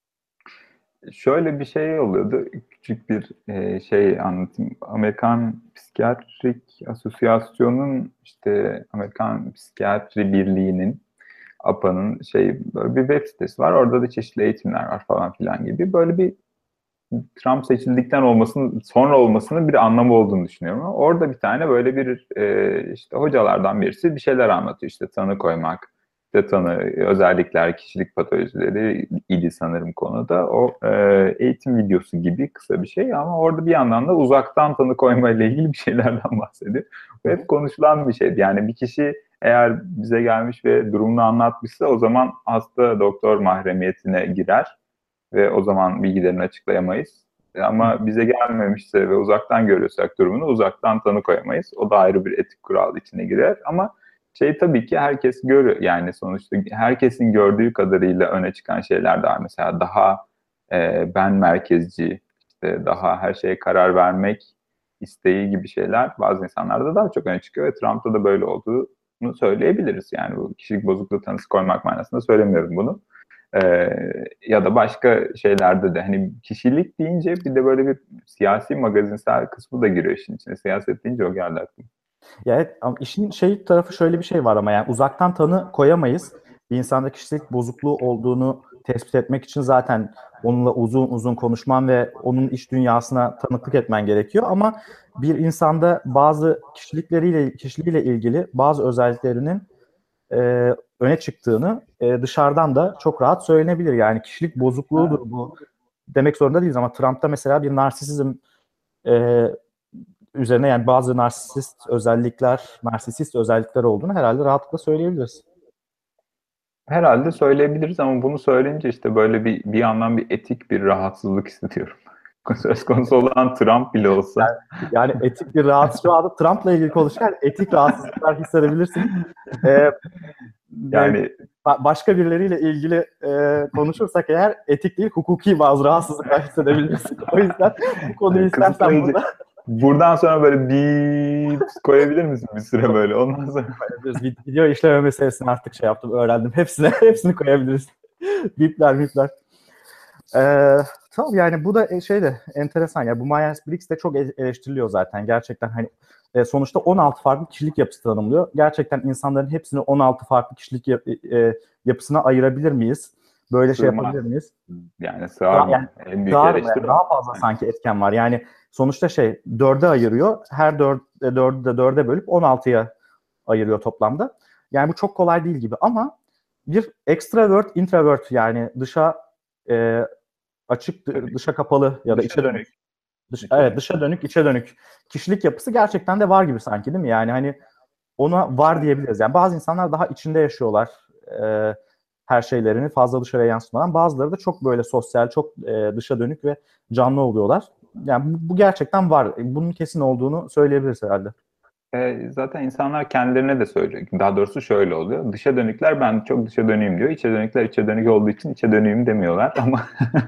Şöyle bir şey oluyordu. Küçük bir e, şey anlatayım. Amerikan Psikiyatrik Asosyasyon'un işte Amerikan Psikiyatri Birliği'nin A P A'nın şey böyle bir web sitesi var. Orada da çeşitli eğitimler var falan filan gibi. Böyle bir Trump seçildikten olmasının sonra olmasının bir anlamı olduğunu düşünüyorum. Ama orada bir tane böyle bir e, işte hocalardan birisi bir şeyler anlatıyor. İşte tanı koymak, işte tanı özellikler, kişilik patolojileri idi sanırım konuda. O e, eğitim videosu gibi kısa bir şey ama orada bir yandan da uzaktan tanı koyma ile ilgili bir şeylerden bahsediyor. Bu hep konuşulan bir şeydi. Yani bir kişi eğer bize gelmiş ve durumunu anlatmışsa o zaman hasta doktor mahremiyetine girer ve o zaman bilgilerini açıklayamayız. E, Ama bize gelmemişse ve uzaktan görüyorsak durumunu uzaktan tanı koyamayız. O da ayrı bir etik kural içine girer. Ama şey tabii ki herkes görüyor. Yani sonuçta herkesin gördüğü kadarıyla öne çıkan şeyler de var. Mesela daha e, ben merkezci, işte daha her şeye karar vermek isteği gibi şeyler bazı insanlarda daha çok öne çıkıyor ve Trump'ta da böyle olduğunu söyleyebiliriz. Yani bu kişilik bozukluğu tanısı koymak manasında söylemiyorum bunu. Ee, ya da başka şeylerde de hani kişilik deyince bir de böyle bir siyasi magazinsel kısmı da giriyor işin içine. Siyaset deyince o geldi aklıma. Ya evet, ama işin şey tarafı şöyle bir şey var ama yani uzaktan tanı koyamayız. Bir insanda kişilik bozukluğu olduğunu tespit etmek için zaten onunla uzun uzun konuşman ve onun iç dünyasına tanıklık etmen gerekiyor. Ama bir insanda bazı kişilikleriyle kişiliğiyle ilgili bazı özelliklerinin e, öne çıktığını e, dışarıdan da çok rahat söylenebilir. Yani kişilik bozukluğudur bu demek zorunda değiliz ama Trump'ta mesela bir narsisizm e, üzerine yani bazı narsist özellikler, narsist özellikler olduğunu herhalde rahatlıkla söyleyebiliriz. Herhalde söyleyebiliriz ama bunu söyleyince işte böyle bir bir yandan bir etik bir rahatsızlık hissediyorum. Söz konusu olan Trump bile olsa. Yani etik bir rahatsız şu anda Trump'la ilgili konuşurken etik rahatsızlıklar hissedebilirsiniz. Ee, ve Yani başka birileriyle ilgili e, konuşursak eğer etik değil hukuki bazı rahatsızlıklar hissedebiliriz. O yüzden bu konuyu istersen kısıtlayıcı. burada Buradan sonra böyle bir koyabilir misin bir süre böyle? Ondan sonra koyabiliriz. Video işleme meselesini artık şey yaptım, öğrendim. Hepsine hepsini koyabiliriz. Bipler bipler. Ee, tamam yani bu da şey de enteresan ya bu Myers-Briggs de çok eleştiriliyor zaten gerçekten hani e, sonuçta on altı farklı kişilik yapısı tanımlıyor. Gerçekten insanların hepsini on altı farklı kişilik yap, e, yapısına ayırabilir miyiz? Böyle şey sığmaz. yapabilir miyiz? Yani sığar Daha, mı? yani En büyük daha, eleştiri daha o. fazla sanki etken var. Yani sonuçta şey dörde ayırıyor. Her dört, dördü de dörde bölüp on altıya ayırıyor toplamda. Yani bu çok kolay değil gibi ama bir extrovert, introvert yani dışa e, açık, dışa kapalı ya da Dışa içe dönük. dönük. Dış, Dışa evet dönük. dışa dönük, içe dönük kişilik yapısı gerçekten de var gibi sanki, değil mi? Yani hani ona var diyebiliriz. Yani bazı insanlar daha içinde yaşıyorlar e, her şeylerini fazla dışarıya yansıtmadan. Bazıları da çok böyle sosyal, çok e, dışa dönük ve canlı oluyorlar. Yani bu, bu gerçekten var. Bunun kesin olduğunu söyleyebiliriz herhalde. E, zaten insanlar kendilerine de söylüyor. Daha doğrusu şöyle oluyor. Dışa dönükler ben çok dışa dönüyüm diyor. İçe dönükler içe dönük olduğu için içe dönüyüm demiyorlar ama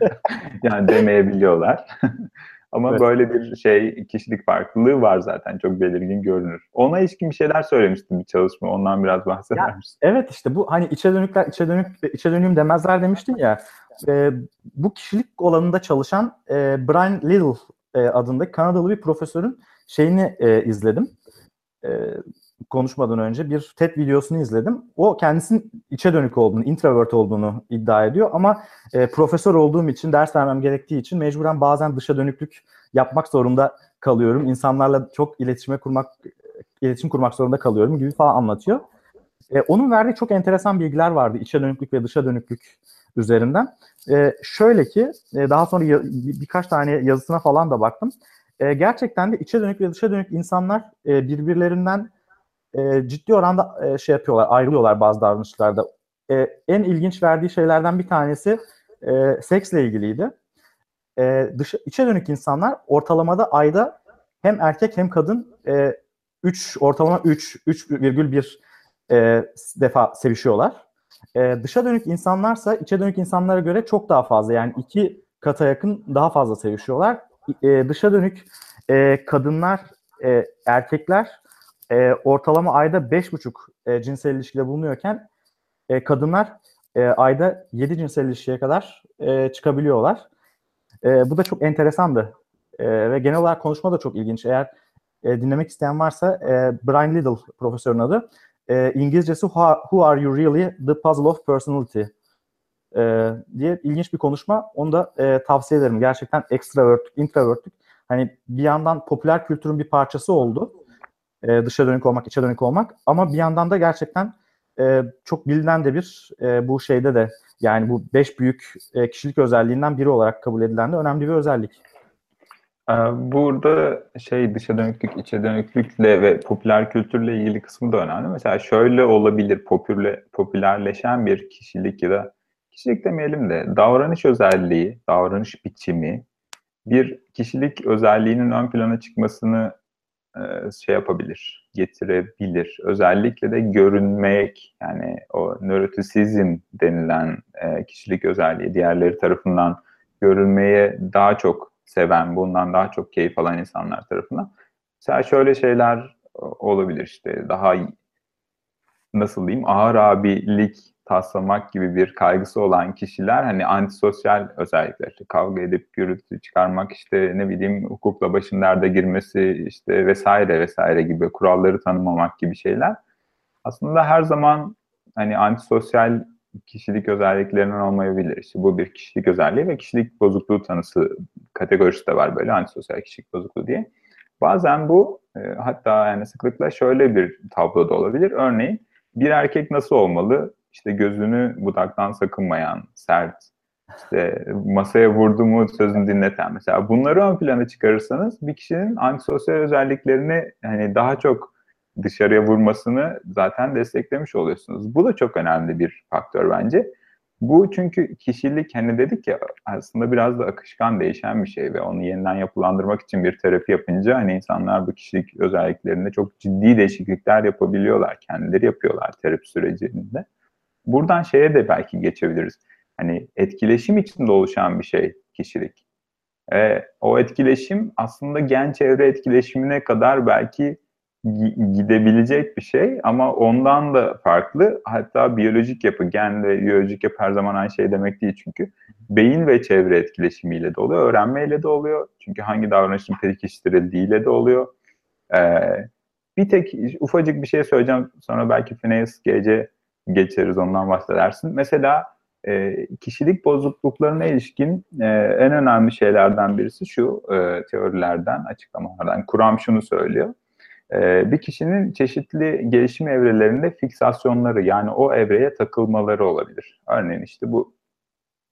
yani demeyebiliyorlar. Ama Evet. böyle bir şey kişilik farklılığı var zaten. Çok belirgin görünür. Ona ilişkin bir şeyler söylemiştim bir çalışma. Ondan biraz bahseder Ya misin? evet işte bu hani içe dönükler içe dönük ve içe dönüyüm demezler demiştin ya. E, bu kişilik alanında çalışan e, Brian Little e, adındaki Kanadalı bir profesörün şeyini e, izledim. E, konuşmadan önce bir TED videosunu izledim. O kendisinin içe dönük olduğunu, introvert olduğunu iddia ediyor ama e, profesör olduğum için, ders vermem gerektiği için mecburen bazen dışa dönüklük yapmak zorunda kalıyorum. İnsanlarla çok iletişime kurmak, iletişim kurmak zorunda kalıyorum gibi falan anlatıyor. E, onun verdiği çok enteresan bilgiler vardı içe dönüklük ve dışa dönüklük üzerinden. E, şöyle ki e, daha sonra ya, bir, birkaç tane yazısına falan da baktım. E, gerçekten de içe dönük ve dışa dönük insanlar e, birbirlerinden e, ciddi oranda e, şey yapıyorlar, ayrılıyorlar bazı davranışlarda. E, en ilginç verdiği şeylerden bir tanesi e, seksle ilgiliydi. E, dışa, içe dönük insanlar ortalamada ayda hem erkek hem kadın e, üç ortalama üç üç virgül bir e, defa sevişiyorlar. E, dışa dönük insanlarsa içe dönük insanlara göre çok daha fazla, yani iki kata yakın daha fazla sevişiyorlar. E, dışa dönük e, kadınlar, e, erkekler e, ortalama ayda beş buçuk e, cinsel ilişkide bulunuyorken e, kadınlar e, ayda yedi cinsel ilişkiye kadar e, çıkabiliyorlar. E, bu da çok enteresandı. E, ve genel olarak konuşma da çok ilginç. Eğer e, dinlemek isteyen varsa e, Brian Little profesörün adı. E, İngilizcesi Who Who Are You Really? The Puzzle of Personality e, diye ilginç bir konuşma. Onu da e, tavsiye ederim. Gerçekten extrovertlik, introvertlik. Hani bir yandan popüler kültürün bir parçası oldu. E, dışa dönük olmak, içe dönük olmak. Ama bir yandan da gerçekten e, çok bilinen de bir e, bu şeyde de, yani bu beş büyük e, kişilik özelliğinden biri olarak kabul edilen de önemli bir özellik. Ee, Burada şey dışa dönüklük, içe dönüklükle ve popüler kültürle ilgili kısmı da önemli. Mesela şöyle olabilir popüler, popülerleşen bir kişilik ya da kişilik demeyelim de davranış özelliği, davranış biçimi bir kişilik özelliğinin ön plana çıkmasını e, şey yapabilir, getirebilir. Özellikle de görünmek, yani o nörotisizm denilen e, kişilik özelliği diğerleri tarafından görülmeye daha çok seven, bundan daha çok keyif alan insanlar tarafından. Mesela şöyle şeyler e, olabilir, işte daha nasıl diyeyim, ağır abilik taslamak gibi bir kaygısı olan kişiler hani antisosyal özellikler, işte kavga edip gürültü çıkarmak, işte ne bileyim hukukla başın derde girmesi, işte vesaire vesaire gibi kuralları tanımamak gibi şeyler aslında her zaman hani antisosyal kişilik özelliklerinden olmayabilir. İşte bu bir kişilik özelliği ve kişilik bozukluğu tanısı kategorisi de var, böyle antisosyal kişilik bozukluğu diye. Bazen bu e, hatta yani sıklıkla şöyle bir tablo da olabilir. Örneğin bir erkek nasıl olmalı? İşte gözünü budaktan sakınmayan, sert, işte masaya vurdu mu sözünü dinleten, mesela bunları ön plana çıkarırsanız bir kişinin antisosyal özelliklerini hani daha çok dışarıya vurmasını zaten desteklemiş oluyorsunuz. Bu da çok önemli bir faktör bence. Bu çünkü kişilik, hani dedik ya, aslında biraz da akışkan, değişen bir şey ve onu yeniden yapılandırmak için bir terapi yapınca hani insanlar bu kişilik özelliklerinde çok ciddi değişiklikler yapabiliyorlar. Kendileri yapıyorlar terapi sürecinde. Buradan şeye de belki geçebiliriz. Hani etkileşim içinde oluşan bir şey kişilik. E, o etkileşim aslında gen çevre etkileşimine kadar belki gidebilecek bir şey ama ondan da farklı. Hatta biyolojik yapı, gen ve biyolojik yapı her zaman aynı şey demek değil çünkü. Beyin ve çevre etkileşimiyle de oluyor, öğrenmeyle de oluyor. Çünkü hangi davranışın pekiştirildiğiyle de oluyor. Ee, Bir tek ufacık bir şey söyleyeceğim, sonra belki Phineas Gage'e geçeriz, ondan bahsedersin. Mesela e, kişilik bozukluklarına ilişkin e, en önemli şeylerden birisi şu, e, teorilerden, açıklamalardan. Kuram şunu söylüyor. E, bir kişinin çeşitli gelişim evrelerinde fiksasyonları, yani o evreye takılmaları olabilir. Örneğin işte bu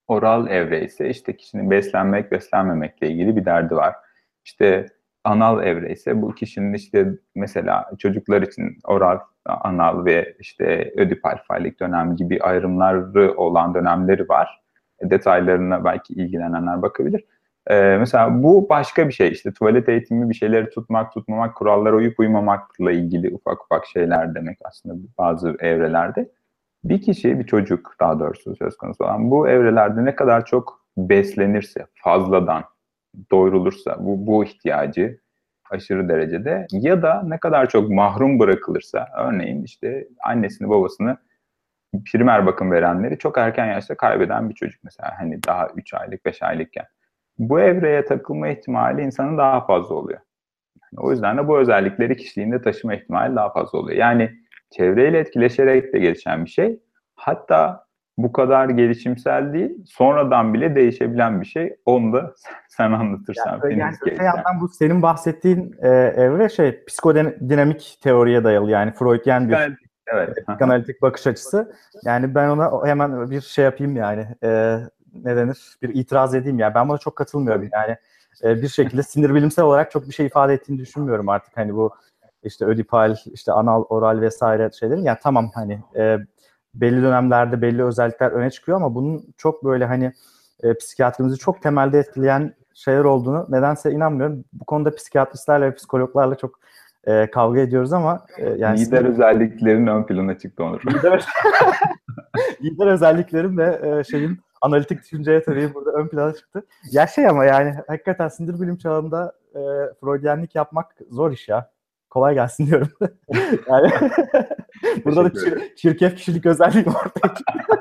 Oral evre ise işte kişinin beslenmek, beslenmemekle ilgili bir derdi var. İşte anal evre ise bu kişinin işte mesela çocuklar için oral, anal ve işte ödipal fallik dönem gibi ayrımları olan dönemleri var. Detaylarına belki ilgilenenler bakabilir. Ee, mesela bu başka bir şey. İşte tuvalet eğitimi, bir şeyleri tutmak, tutmamak, kurallara uyup uymamakla ilgili ufak ufak şeyler demek aslında bazı evrelerde. Bir kişi, bir çocuk daha doğrusu söz konusu olan bu evrelerde ne kadar çok beslenirse, fazladan doyurulursa bu, bu ihtiyacı aşırı derecede ya da ne kadar çok mahrum bırakılırsa, örneğin işte annesini babasını primer bakım verenleri çok erken yaşta kaybeden bir çocuk mesela, hani daha üç aylık beş aylıkken bu evreye takılma ihtimali insanın daha fazla oluyor. Yani o yüzden de bu özellikleri kişiliğinde taşıma ihtimali daha fazla oluyor. Yani çevreyle etkileşerek de gelişen bir şey. Hatta bu kadar gelişimsel değil, sonradan bile değişebilen bir şey. Onu da sen anlatırsan. Yani, yani öte yandan bu senin bahsettiğin e, evre şey psikodinamik teoriye dayalı, yani Freudyen bir evet. psikanalitik bakış açısı. Yani ben ona hemen bir şey yapayım yani e, ne denir, bir itiraz edeyim yani. Ben buna çok katılmıyorum yani. E, bir şekilde sinir bilimsel olarak çok bir şey ifade ettiğini düşünmüyorum artık, hani bu işte ödipal, işte anal, oral vesaire şeylerin. Yani tamam, hani e, belli dönemlerde belli özellikler öne çıkıyor ama bunun çok böyle hani e, psikiyatrimizi çok temelde etkileyen şeyler olduğunu nedense inanmıyorum. Bu konuda psikiyatristlerle ve psikologlarla çok e, kavga ediyoruz ama e, yani lider sinir... özelliklerin ön plana çıktı Onur. Lider, lider özelliklerim ve e, şeyin analitik düşünce yeteneği burada ön plana çıktı. Ya şey ama yani hakikaten sinir bilim çağında e, Freudyenlik yapmak zor iş ya. Kolay gelsin diyorum. Yani burada da çir- çirkef kişilik özelliği ortaya çıkıyor.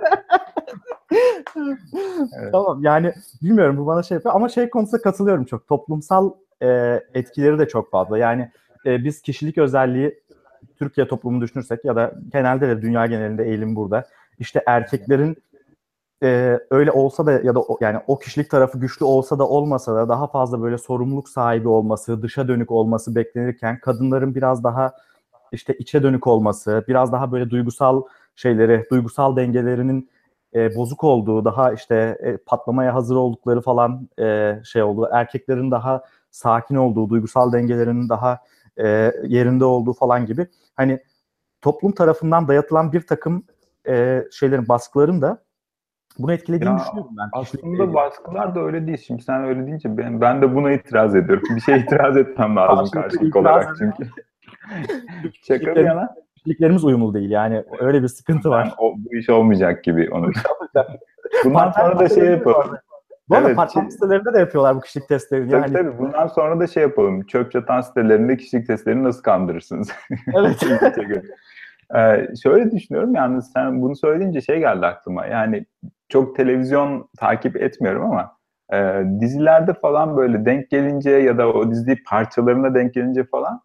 Evet. Tamam yani bilmiyorum, bu bana şey yapıyor ama şey konusunda katılıyorum çok. Toplumsal e, etkileri de çok fazla. Yani e, biz kişilik özelliği Türkiye toplumunu düşünürsek ya da genelde de dünya genelinde eğilim burada. İşte erkeklerin e, öyle olsa da ya da o, yani o kişilik tarafı güçlü olsa da olmasa da daha fazla böyle sorumluluk sahibi olması, dışa dönük olması beklenirken kadınların biraz daha işte içe dönük olması, biraz daha böyle duygusal şeyleri, duygusal dengelerinin e, bozuk olduğu, daha işte e, patlamaya hazır oldukları falan e, şey olduğu, erkeklerin daha sakin olduğu, duygusal dengelerinin daha e, yerinde olduğu falan gibi. Hani toplum tarafından dayatılan bir takım e, şeylerin, baskıların da bunu etkilediğini ya, düşünüyorum ben. aslında baskılar da öyle değil. Şimdi sen öyle deyince ben, ben de buna itiraz ediyorum. Bir şey itiraz etmem lazım karşılık olarak çünkü. Şaka bir yana. Kişiliklerimiz uyumlu değil yani, öyle bir sıkıntı var. O, bu iş olmayacak gibi onu. Bundan sonra da şey yapalım. Bu arada evet, part-time sitelerinde de yapıyorlar bu kişilik testlerini. Tabii yani. tabii. Bundan sonra da şey yapalım. Çöp çatan sitelerinde kişilik testlerini nasıl kandırırsınız? Evet. ee, şöyle düşünüyorum, yalnız sen bunu söyleyince şey geldi aklıma. Yani çok televizyon takip etmiyorum ama e, dizilerde falan böyle denk gelince ya da o dizi parçalarına denk gelince falan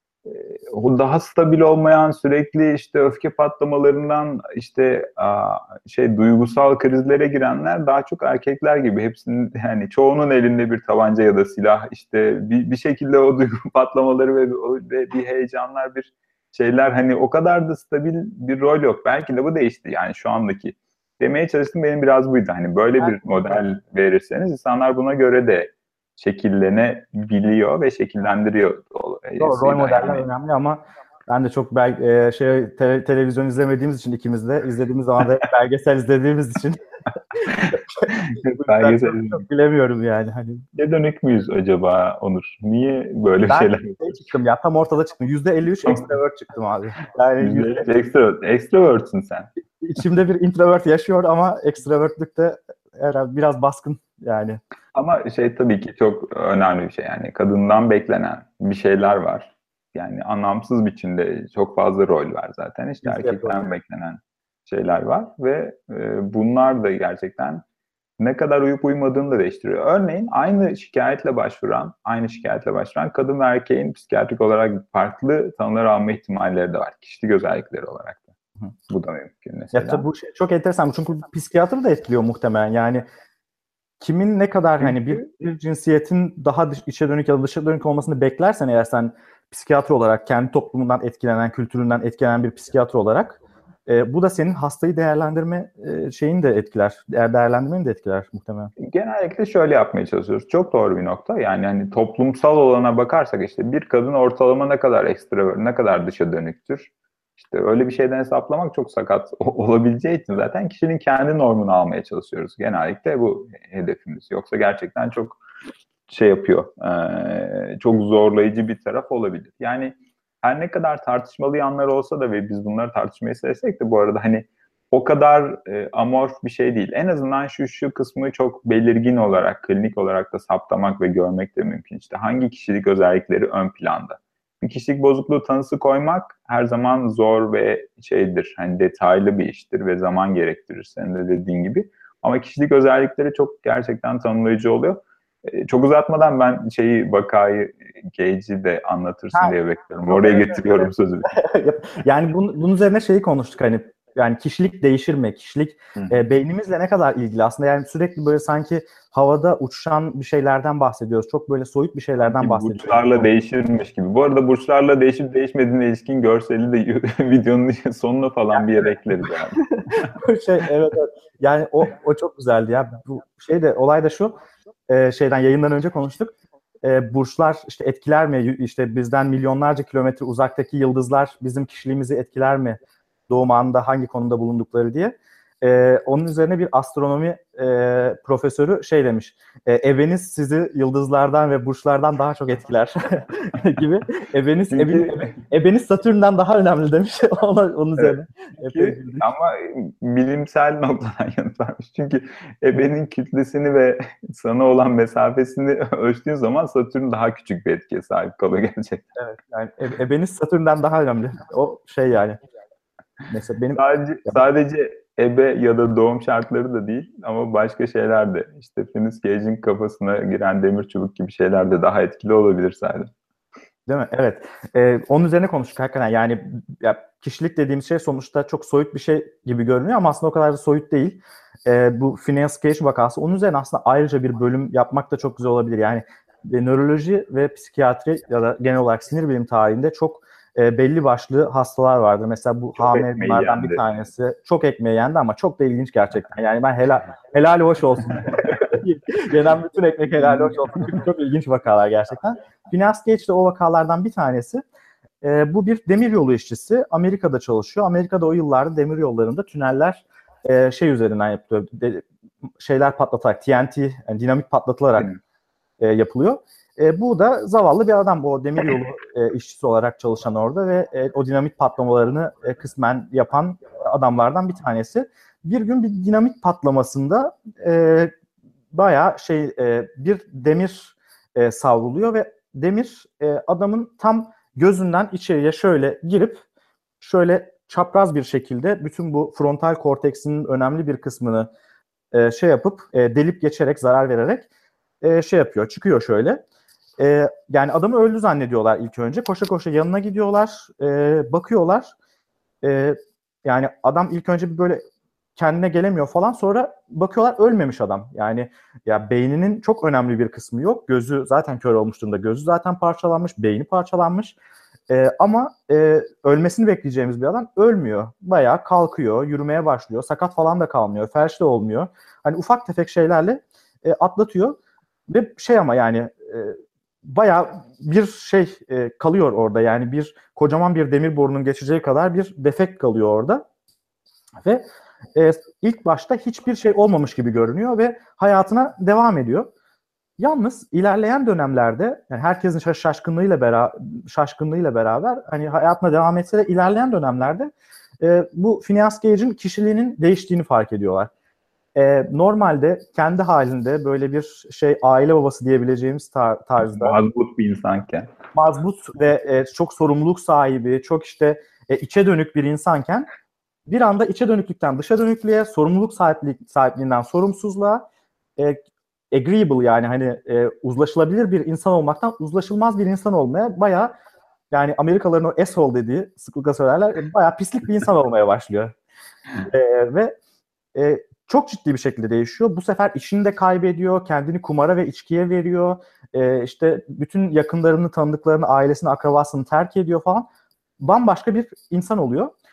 o daha stabil olmayan, sürekli işte öfke patlamalarından işte şey duygusal krizlere girenler daha çok erkekler gibi. Hepsinin yani çoğunun elinde bir tabanca ya da silah, işte bir, bir şekilde o duygu patlamaları ve, ve bir heyecanlar, bir şeyler, hani o kadar da stabil bir rol yok. Belki de bu değişti yani şu andaki. Demeye çalıştım benim biraz buydu. Hani böyle bir model verirseniz insanlar buna göre de şekillenebiliyor ve şekillendiriyor. Doğru, rol modeller yani önemli ama ben de çok bel- e, şey te- televizyon izlemediğimiz için, ikimiz de izlediğimiz zaman da belgesel izlediğimiz için belgesel çok bilemiyorum yani. Hani ne dönük müyüz acaba Onur? Niye böyle ben şeyler? Ben şey çıktım ya, tam ortada çıktım. yüzde elli üç extrovert çıktım abi. Yani yüzde elli üç extrovert. Extrovert'sın sen. İçimde bir introvert yaşıyor ama extrovertlik de herhalde biraz baskın yani. Ama şey tabii ki çok önemli bir şey, yani kadından beklenen bir şeyler var. Yani anlamsız biçimde çok fazla rol var zaten. İşte erkekten beklenen şeyler var ve e, bunlar da gerçekten ne kadar uyup uymadığını da değiştiriyor. Örneğin aynı şikayetle başvuran, aynı şikayetle başvuran kadın ve erkeğin psikiyatrik olarak farklı tanılar alma ihtimalleri de var. Kişilik özellikleri olarak da. Hı. Bu da mümkün mesela. Ya tabii bu şey çok enteresan. Çünkü psikiyatr da etkiliyor muhtemelen. Yani kimin ne kadar çünkü hani bir, bir cinsiyetin daha dış, içe dönük ya da dışa dönük olmasını beklersen eğer, sen psikiyatr olarak kendi toplumundan etkilenen, kültüründen etkilenen bir psikiyatr olarak E, bu da senin hastayı değerlendirme e, şeyini de etkiler. Değer, değerlendirmeni de etkiler muhtemelen. Genellikle şöyle yapmaya çalışıyoruz. Çok doğru bir nokta. Yani hani toplumsal olana bakarsak işte bir kadın ortalama ne kadar ekstravert, ne kadar dışa dönüktür. İşte öyle bir şeyden hesaplamak çok sakat olabileceği için zaten kişinin kendi normunu almaya çalışıyoruz. Genellikle bu hedefimiz. Yoksa gerçekten çok şey yapıyor. E, çok zorlayıcı bir taraf olabilir. Yani her ne kadar tartışmalı yanlar olsa da ve biz bunları tartışmayı sevsek de bu arada hani o kadar e, amorf bir şey değil. En azından şu şu kısmı çok belirgin olarak, klinik olarak da saptamak ve görmek de mümkün. İşte hangi kişilik özellikleri ön planda. Bir kişilik bozukluğu tanısı koymak her zaman zor ve şeydir. Hani detaylı bir iştir ve zaman gerektirir senin de dediğin gibi. Ama kişilik özellikleri çok gerçekten tanımlayıcı oluyor. E, çok uzatmadan ben şeyi vakayı Gage'i de anlatırsın Ha, diye bekliyorum. Oraya evet, getiriyorum evet. sözü. Yani bunun, bunun üzerine şeyi konuştuk hani yani kişilik değişir mi? Kişilik e, beynimizle ne kadar ilgili? Aslında yani sürekli böyle sanki havada uçuşan bir şeylerden bahsediyoruz. Çok böyle soyut bir şeylerden bahsediyoruz. Burçlarla değişirmiş gibi. Bu arada burçlarla değişip değişmediğine ilişkin görseli de videonun sonuna falan bir yere ekleriz abi. şey evet, evet. Yani o o çok güzeldi ya. Bu şey de olay da şu. E, şeyden yayından önce konuştuk. E, burçlar işte etkiler mi? İşte bizden milyonlarca kilometre uzaktaki yıldızlar bizim kişiliğimizi etkiler mi? Doğum anında hangi konumda bulundukları diye. E, onun üzerine bir astronomi e, profesörü şey demiş. E, eveniz sizi yıldızlardan ve burçlardan daha çok etkiler gibi. Eveniz Çünkü... evin, ebe, ebeniz Satürn'den daha önemli demiş. Onun, onun üzerine. Evet. Ama bilimsel noktadan yanıt vermiş. Çünkü ebenin kütlesini ve sana olan mesafesini ölçtüğün zaman Satürn daha küçük bir etkiye sahip kalıyor gerçekten. Evet. Yani e, ebeniz Satürn'den daha önemli. O şey yani. Mesela benim sadece sadece ebe ya da doğum şartları da değil ama başka şeyler de işte Finis Gage'in kafasına giren demir çubuk gibi şeyler de daha etkili olabilir sadece. Değil mi? Evet. Ee, onun üzerine konuştuk hakikaten. Yani ya, kişilik dediğimiz şey sonuçta çok soyut bir şey gibi görünüyor ama aslında o kadar da soyut değil. Ee, bu Phineas Gage vakası. Onun üzerine aslında ayrıca bir bölüm yapmak da çok güzel olabilir. Yani e, nöroloji ve psikiyatri ya da genel olarak sinir bilim tarihinde çok e, belli başlı hastalar vardır. Mesela bu Çok H M ekmeği bunlardan bir yendi. tanesi. Çok ekmeği yendi ama çok da ilginç gerçekten. Yani ben helal, helal hoş olsun. Yenen bütün ekmek helal hoş olsun. Çünkü çok ilginç vakalar gerçekten. Phineas Gage de o vakalardan bir tanesi. E, bu bir demiryolu işçisi. Amerika'da çalışıyor. Amerika'da o yıllarda demiryollarında tüneller e, şey üzerinden yapılıyor. De, şeyler patlatarak, T N T, yani dinamit patlatılarak e, yapılıyor. E, bu da zavallı bir adam. O demiryolu e, işçisi olarak çalışan orada ve e, o dinamit patlamalarını e, kısmen yapan adamlardan bir tanesi. Bir gün bir dinamit patlamasında e, bayağı şey e, bir demir e, savruluyor ve demir e, adamın tam gözünden içeriye şöyle girip şöyle çapraz bir şekilde bütün bu frontal korteksinin önemli bir kısmını e, şey yapıp e, delip geçerek zarar vererek e, şey yapıyor, çıkıyor şöyle. E, yani adamı öldü zannediyorlar ilk önce. Koşa koşa yanına gidiyorlar, e, bakıyorlar. E, yani adam ilk önce bir böyle kendine gelemiyor falan. Sonra bakıyorlar ölmemiş adam. Yani ya beyninin çok önemli bir kısmı yok. Gözü zaten kör olmuş durumda. Gözü zaten parçalanmış, beyni parçalanmış. Ee, ama e, ölmesini bekleyeceğimiz bir adam ölmüyor. Bayağı kalkıyor, yürümeye başlıyor. Sakat falan da kalmıyor, felç de olmuyor. Hani ufak tefek şeylerle e, atlatıyor. Ve şey ama yani e, bayağı bir şey e, kalıyor orada. Yani bir kocaman bir demir borunun geçeceği kadar bir defekt kalıyor orada. Ve e, ilk başta hiçbir şey olmamış gibi görünüyor ve hayatına devam ediyor. Yalnız ilerleyen dönemlerde yani herkesin şaş- şaşkınlığıyla beraber şaşkınlığıyla beraber hani hayatına devam etse de ilerleyen dönemlerde e, bu Phineas Gage'in kişiliğinin değiştiğini fark ediyorlar. E, normalde kendi halinde böyle bir şey aile babası diyebileceğimiz tar- tarzda Mazbut bir insanken. mazbut ve e, çok sorumluluk sahibi, çok işte e, içe dönük bir insanken bir anda içe dönüklükten dışa dönüklüğe, sorumluluk sahiplik, sahipliğinden sorumsuzluğa, e, agreeable yani hani e, uzlaşılabilir bir insan olmaktan uzlaşılmaz bir insan olmaya bayağı yani Amerikalıların o asshole dediği sıklıkla söylerler e, bayağı pislik bir insan olmaya başlıyor. E, ve e, çok ciddi bir şekilde değişiyor. Bu sefer işini de kaybediyor, kendini kumara ve içkiye veriyor. E, işte bütün yakınlarını, tanıdıklarını, ailesini, akrabasını terk ediyor falan. Bambaşka bir insan oluyor.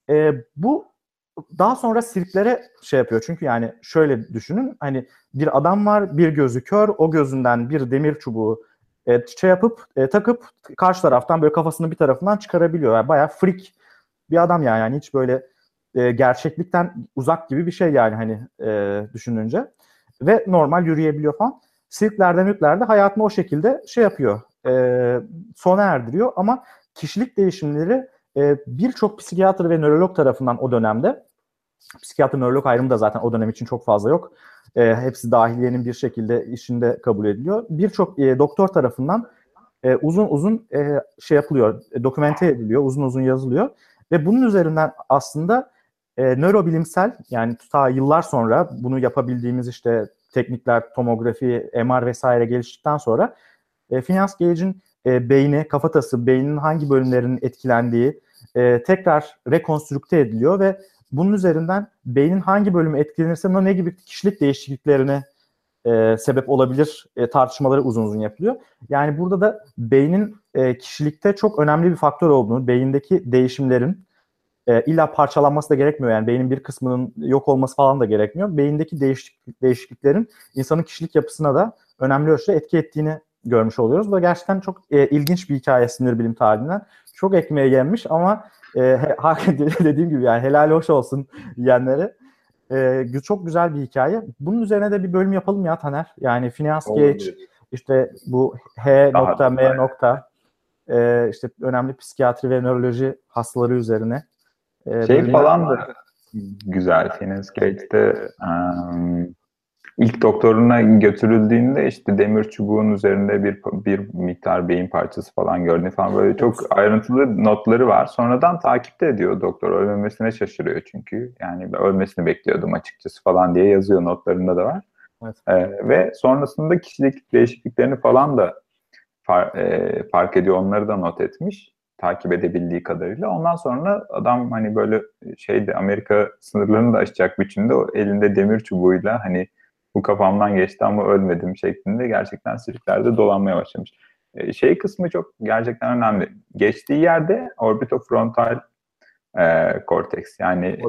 E, bu daha sonra sirklere şey yapıyor. Çünkü yani şöyle düşünün, hani bir adam var, bir gözü kör, o gözünden bir demir çubuğu e, şey yapıp e, takıp karşı taraftan böyle kafasını bir tarafından çıkarabiliyor. Yani bayağı freak bir adam yani. Yani hiç böyle e, gerçeklikten uzak gibi bir şey yani hani e, düşününce. Ve normal yürüyebiliyor falan. Sirklerde mülklerde hayatını o şekilde şey yapıyor. E, sona erdiriyor ama kişilik değişimleri e, birçok psikiyatr ve nörolog tarafından o dönemde, psikiyatr nörolog ayrımı da zaten o dönem için çok fazla yok. E, hepsi dahiliyenin bir şekilde işinde kabul ediliyor. Birçok e, doktor tarafından e, uzun uzun e, şey yapılıyor, e, dokümente ediliyor, uzun uzun yazılıyor. Ve bunun üzerinden aslında e, nörobilimsel, yani ta yıllar sonra bunu yapabildiğimiz işte teknikler, tomografi, M R vesaire geliştikten sonra e, Phineas Gage'in e, beyni, kafatası, beyninin hangi bölümlerinin etkilendiği e, tekrar rekonstrükte ediliyor ve bunun üzerinden beynin hangi bölümü etkilenirse ne gibi kişilik değişikliklerine e, sebep olabilir e, tartışmaları uzun uzun yapılıyor. Yani burada da beynin e, kişilikte çok önemli bir faktör olduğunu, beyindeki değişimlerin e, illa parçalanması da gerekmiyor. Yani beynin bir kısmının yok olması falan da gerekmiyor. Beyindeki değişiklik, değişikliklerin insanın kişilik yapısına da önemli ölçüde etki ettiğini görmüş oluyoruz. Bu da gerçekten çok e, ilginç bir hikaye sinir bilim tarihinden. Çok ekmeğe yenmiş ama e, dediğim gibi yani helal hoş olsun diyenlere. E, çok güzel bir hikaye. Bunun üzerine de bir bölüm yapalım ya Taner. Yani Phineas Gage, işte bu H Daha nokta M detaylı. nokta e, işte önemli psikiyatri ve nöroloji hastaları üzerine e, Şey bölümler. falan da güzel. Phineas Gage'de um, ilk doktoruna götürüldüğünde işte demir çubuğun üzerinde bir bir miktar beyin parçası falan gördüğünü falan böyle çok ayrıntılı notları var. Sonradan takipte ediyor doktor. Ölmemesine şaşırıyor çünkü. Yani ölmesini bekliyordum açıkçası falan diye yazıyor, notlarında da var. Evet. Ee, ve sonrasında kişilik değişikliklerini falan da far, e, fark ediyor. Onları da not etmiş, takip edebildiği kadarıyla. Ondan sonra adam hani böyle şeyde Amerika sınırlarını da aşacak biçimde o elinde demir çubuğuyla hani bu kafamdan geçti ama ölmedim şeklinde gerçekten sirklerde dolanmaya başlamış. E, şey kısmı çok gerçekten önemli. Geçtiği yerde orbitofrontal e, korteks, yani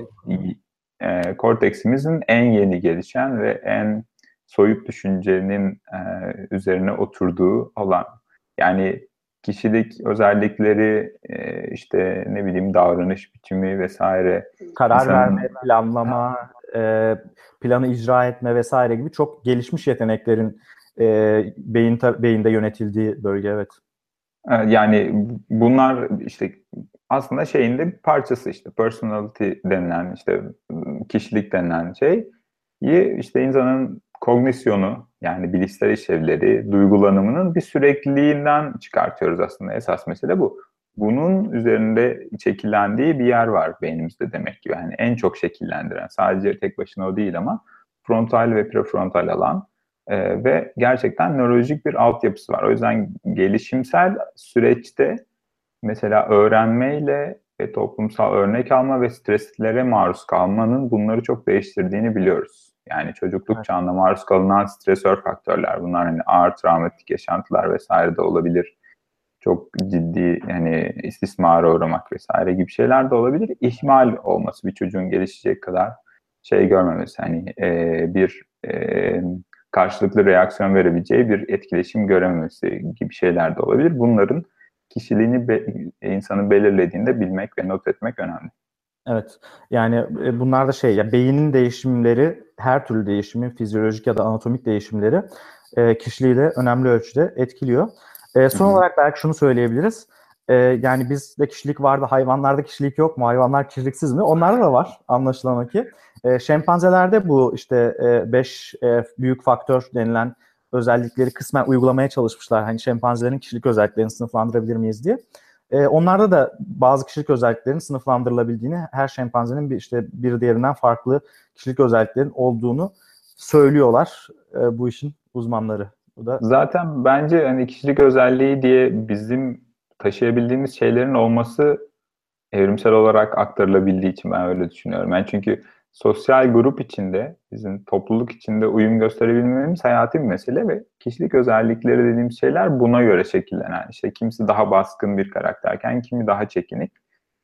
e, korteksimizin en yeni gelişen ve en soyut düşüncenin e, üzerine oturduğu alan. Yani kişilik özellikleri, e, işte ne bileyim davranış biçimi vesaire, Karar insanın verme, planlama, e, planı icra etme vesaire gibi çok gelişmiş yeteneklerin e, beyin tar- beyinde yönetildiği bölge, evet. e, yani bunlar işte aslında şeyin de bir parçası, işte personality denilen, işte kişilik denilen şey işte insanın kognisyonu, yani bilişsel işlevleri, duygulanımının bir sürekliliğinden çıkartıyoruz aslında. Esas mesele bu. Bunun üzerinde şekillendiği bir yer var beynimizde demek ki. Yani en çok şekillendiren, sadece tek başına o değil ama frontal ve prefrontal alan e, ve gerçekten nörolojik bir altyapısı var. O yüzden gelişimsel süreçte mesela öğrenmeyle ve toplumsal örnek alma ve streslere maruz kalmanın bunları çok değiştirdiğini biliyoruz. Yani çocukluk Evet. çağında maruz kalınan stresör faktörler, bunlar hani ağır travmatik yaşantılar vesaire de olabilir. Çok ciddi yani istismara uğramak vesaire gibi şeyler de olabilir. İhmal olması, bir çocuğun gelişecek kadar şey görmemesi, hani e, bir e, karşılıklı reaksiyon verebileceği bir etkileşim görememesi gibi şeyler de olabilir. Bunların kişiliğini be, insanın belirlediğinde bilmek ve not etmek önemli. Evet. Yani e, bunlar da şey ya, beynin değişimleri, her türlü değişimi, fizyolojik ya da anatomik değişimleri e, kişiliği de önemli ölçüde etkiliyor. E, son Hı hı. olarak belki şunu söyleyebiliriz. E, yani bizde kişilik vardı, hayvanlarda kişilik yok mu? Hayvanlar kişiliksiz mi? Onlarda da var, anlaşılan o ki. E, şempanzelerde bu işte e, beş e, büyük faktör denilen özellikleri kısmen uygulamaya çalışmışlar. Hani şempanzelerin kişilik özelliklerini sınıflandırabilir miyiz diye. E, onlarda da bazı kişilik özelliklerinin sınıflandırılabildiğini, her şempanzenin bir işte bir diğerinden farklı kişilik özelliklerinin olduğunu söylüyorlar e, bu işin uzmanları. Bu da Zaten bence hani kişilik özelliği diye bizim taşıyabildiğimiz şeylerin olması evrimsel olarak aktarılabildiği için ben öyle düşünüyorum. Yani çünkü sosyal grup içinde, bizim topluluk içinde uyum gösterebilmemiz hayati bir mesele ve kişilik özellikleri dediğimiz şeyler buna göre şekillenen. İşte kimisi daha baskın bir karakterken kimi daha çekinik.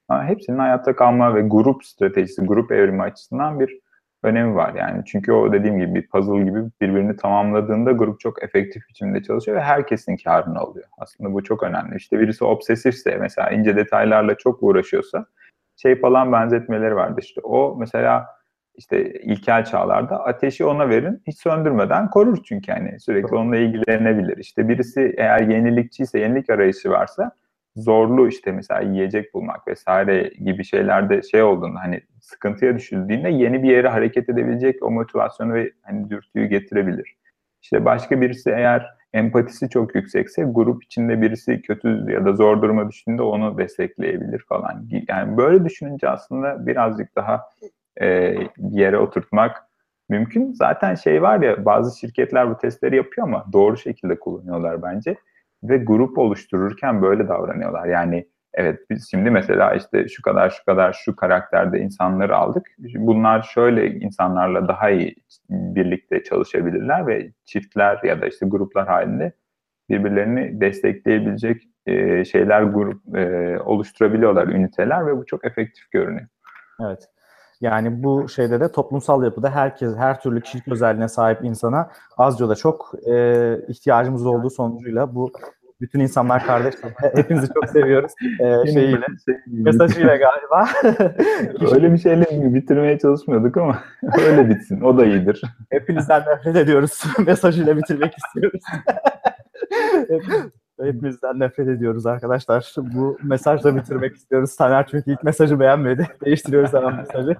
Ama hepsinin hayatta kalma ve grup stratejisi, grup evrimi açısından bir önemi var. Yani çünkü o dediğim gibi bir puzzle gibi birbirini tamamladığında grup çok efektif biçimde çalışıyor ve herkesin kârına oluyor. Aslında bu çok önemli. İşte birisi obsesifse, mesela ince detaylarla çok uğraşıyorsa şey falan benzetmeleri vardı işte. O mesela işte ilkel çağlarda ateşi ona verin, hiç söndürmeden korur çünkü hani sürekli onunla ilgilenebilir. İşte birisi eğer yenilikçiyse, yenilik arayışı varsa zorlu işte mesela yiyecek bulmak vesaire gibi şeylerde şey olduğunda hani sıkıntıya düşüldüğünde yeni bir yere hareket edebilecek o motivasyonu ve hani dürtüyü getirebilir. İşte başka birisi eğer empatisi çok yüksekse grup içinde birisi kötü ya da zor duruma düştüğünde onu destekleyebilir falan. Yani böyle düşününce aslında birazcık daha e, bir yere oturtmak mümkün. Zaten şey var ya, bazı şirketler bu testleri yapıyor ama doğru şekilde kullanıyorlar bence. Ve grup oluştururken böyle davranıyorlar. Yani evet biz şimdi mesela işte şu kadar şu kadar şu karakterde insanları aldık. Bunlar şöyle insanlarla daha iyi birlikte çalışabilirler ve çiftler ya da işte gruplar halinde birbirlerini destekleyebilecek e, şeyler grup e, oluşturabiliyorlar, üniteler ve bu çok efektif görünüyor. Evet. Yani bu şeyde de toplumsal yapıda herkes, her türlü kişilik özelliğine sahip insana azca da çok e, ihtiyacımız olduğu sonucuyla bu bütün insanlar kardeş. Hepinizi çok seviyoruz. E, şeyiyle, mesajıyla galiba. Öyle bir şeyle bitirmeye çalışmıyorduk ama öyle bitsin. O da iyidir. Hepinizden nefret ediyoruz. Mesajıyla bitirmek istiyoruz. Hepinizden nefret ediyoruz arkadaşlar. Bu mesajla bitirmek istiyoruz. Taner çünkü ilk mesajı beğenmedi. Değiştiriyoruz hemen mesajı.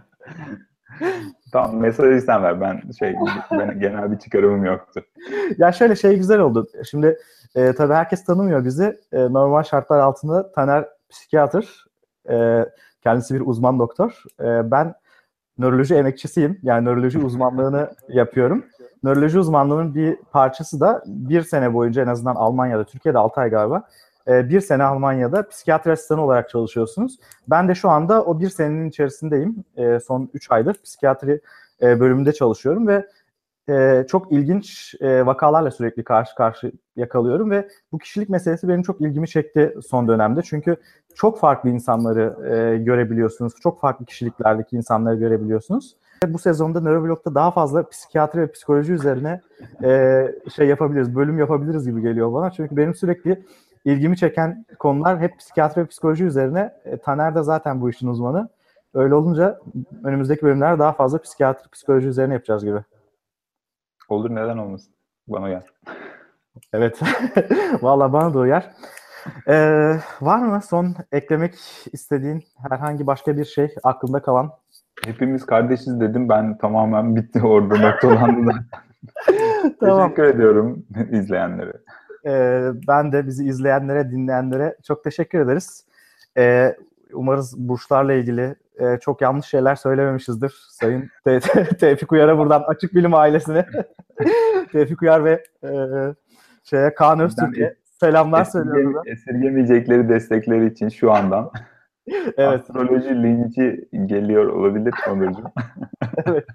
Tamam, mesajı sen ver. Ben şey ben genel bir çıkarımım yoktu. Ya şöyle şey güzel oldu. Şimdi e, tabii herkes tanımıyor bizi. E, normal şartlar altında Taner psikiyatr. E, kendisi bir uzman doktor. E, ben nöroloji emekçisiyim. Yani nöroloji uzmanlığını yapıyorum. Nöroloji uzmanlığının bir parçası da bir sene boyunca en azından Almanya'da, Türkiye'de altı ay galiba, bir sene Almanya'da psikiyatri asistanı olarak çalışıyorsunuz. Ben de şu anda o bir senenin içerisindeyim. Son üç aydır psikiyatri bölümünde çalışıyorum ve çok ilginç vakalarla sürekli karşı karşı yakalıyorum ve bu kişilik meselesi benim çok ilgimi çekti son dönemde. Çünkü çok farklı insanları görebiliyorsunuz. Çok farklı kişiliklerdeki insanları görebiliyorsunuz. Bu sezonda Nöroblog'da daha fazla psikiyatri ve psikoloji üzerine e, şey yapabiliriz, bölüm yapabiliriz gibi geliyor bana. Çünkü benim sürekli ilgimi çeken konular hep psikiyatri ve psikoloji üzerine. E, Taner de zaten bu işin uzmanı. Öyle olunca önümüzdeki bölümler daha fazla psikiyatri, psikoloji üzerine yapacağız gibi. Olur, neden olmasın? Bana uyar. Evet. Vallahi bana da uyar. Ee, var mı son eklemek istediğin herhangi başka bir şey aklında kalan? Hepimiz kardeşiz dedim. Ben tamamen bitti orada, noktalandı da. Tamam. Teşekkür ediyorum izleyenlere. Ee, ben de bizi izleyenlere, dinleyenlere çok teşekkür ederiz. Ee, umarız burçlarla ilgili e, çok yanlış şeyler söylememişizdir. Sayın Te- Te- Tevfik Uyar'a buradan Açık Bilim ailesine Tevfik Uyar ve e, şeye Kaan Öztürk'e selamlar söylüyorum. Esirgemeyecekleri destekleri için şu andan. Evet. Astroloji linci geliyor olabilir Onurcuğum. Evet.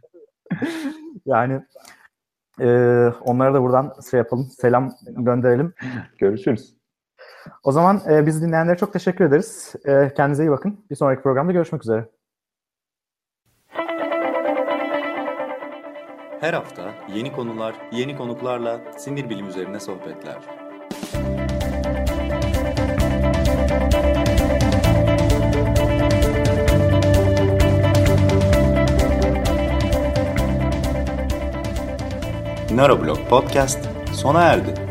Yani e, onlara da buradan şey yapalım, selam gönderelim. Görüşürüz. O zaman e, bizi dinleyenlere çok teşekkür ederiz. E, kendinize iyi bakın. Bir sonraki programda görüşmek üzere. Her hafta yeni konular, yeni konuklarla sinir bilim üzerine sohbetler. Nöroblog Podcast sona erdi.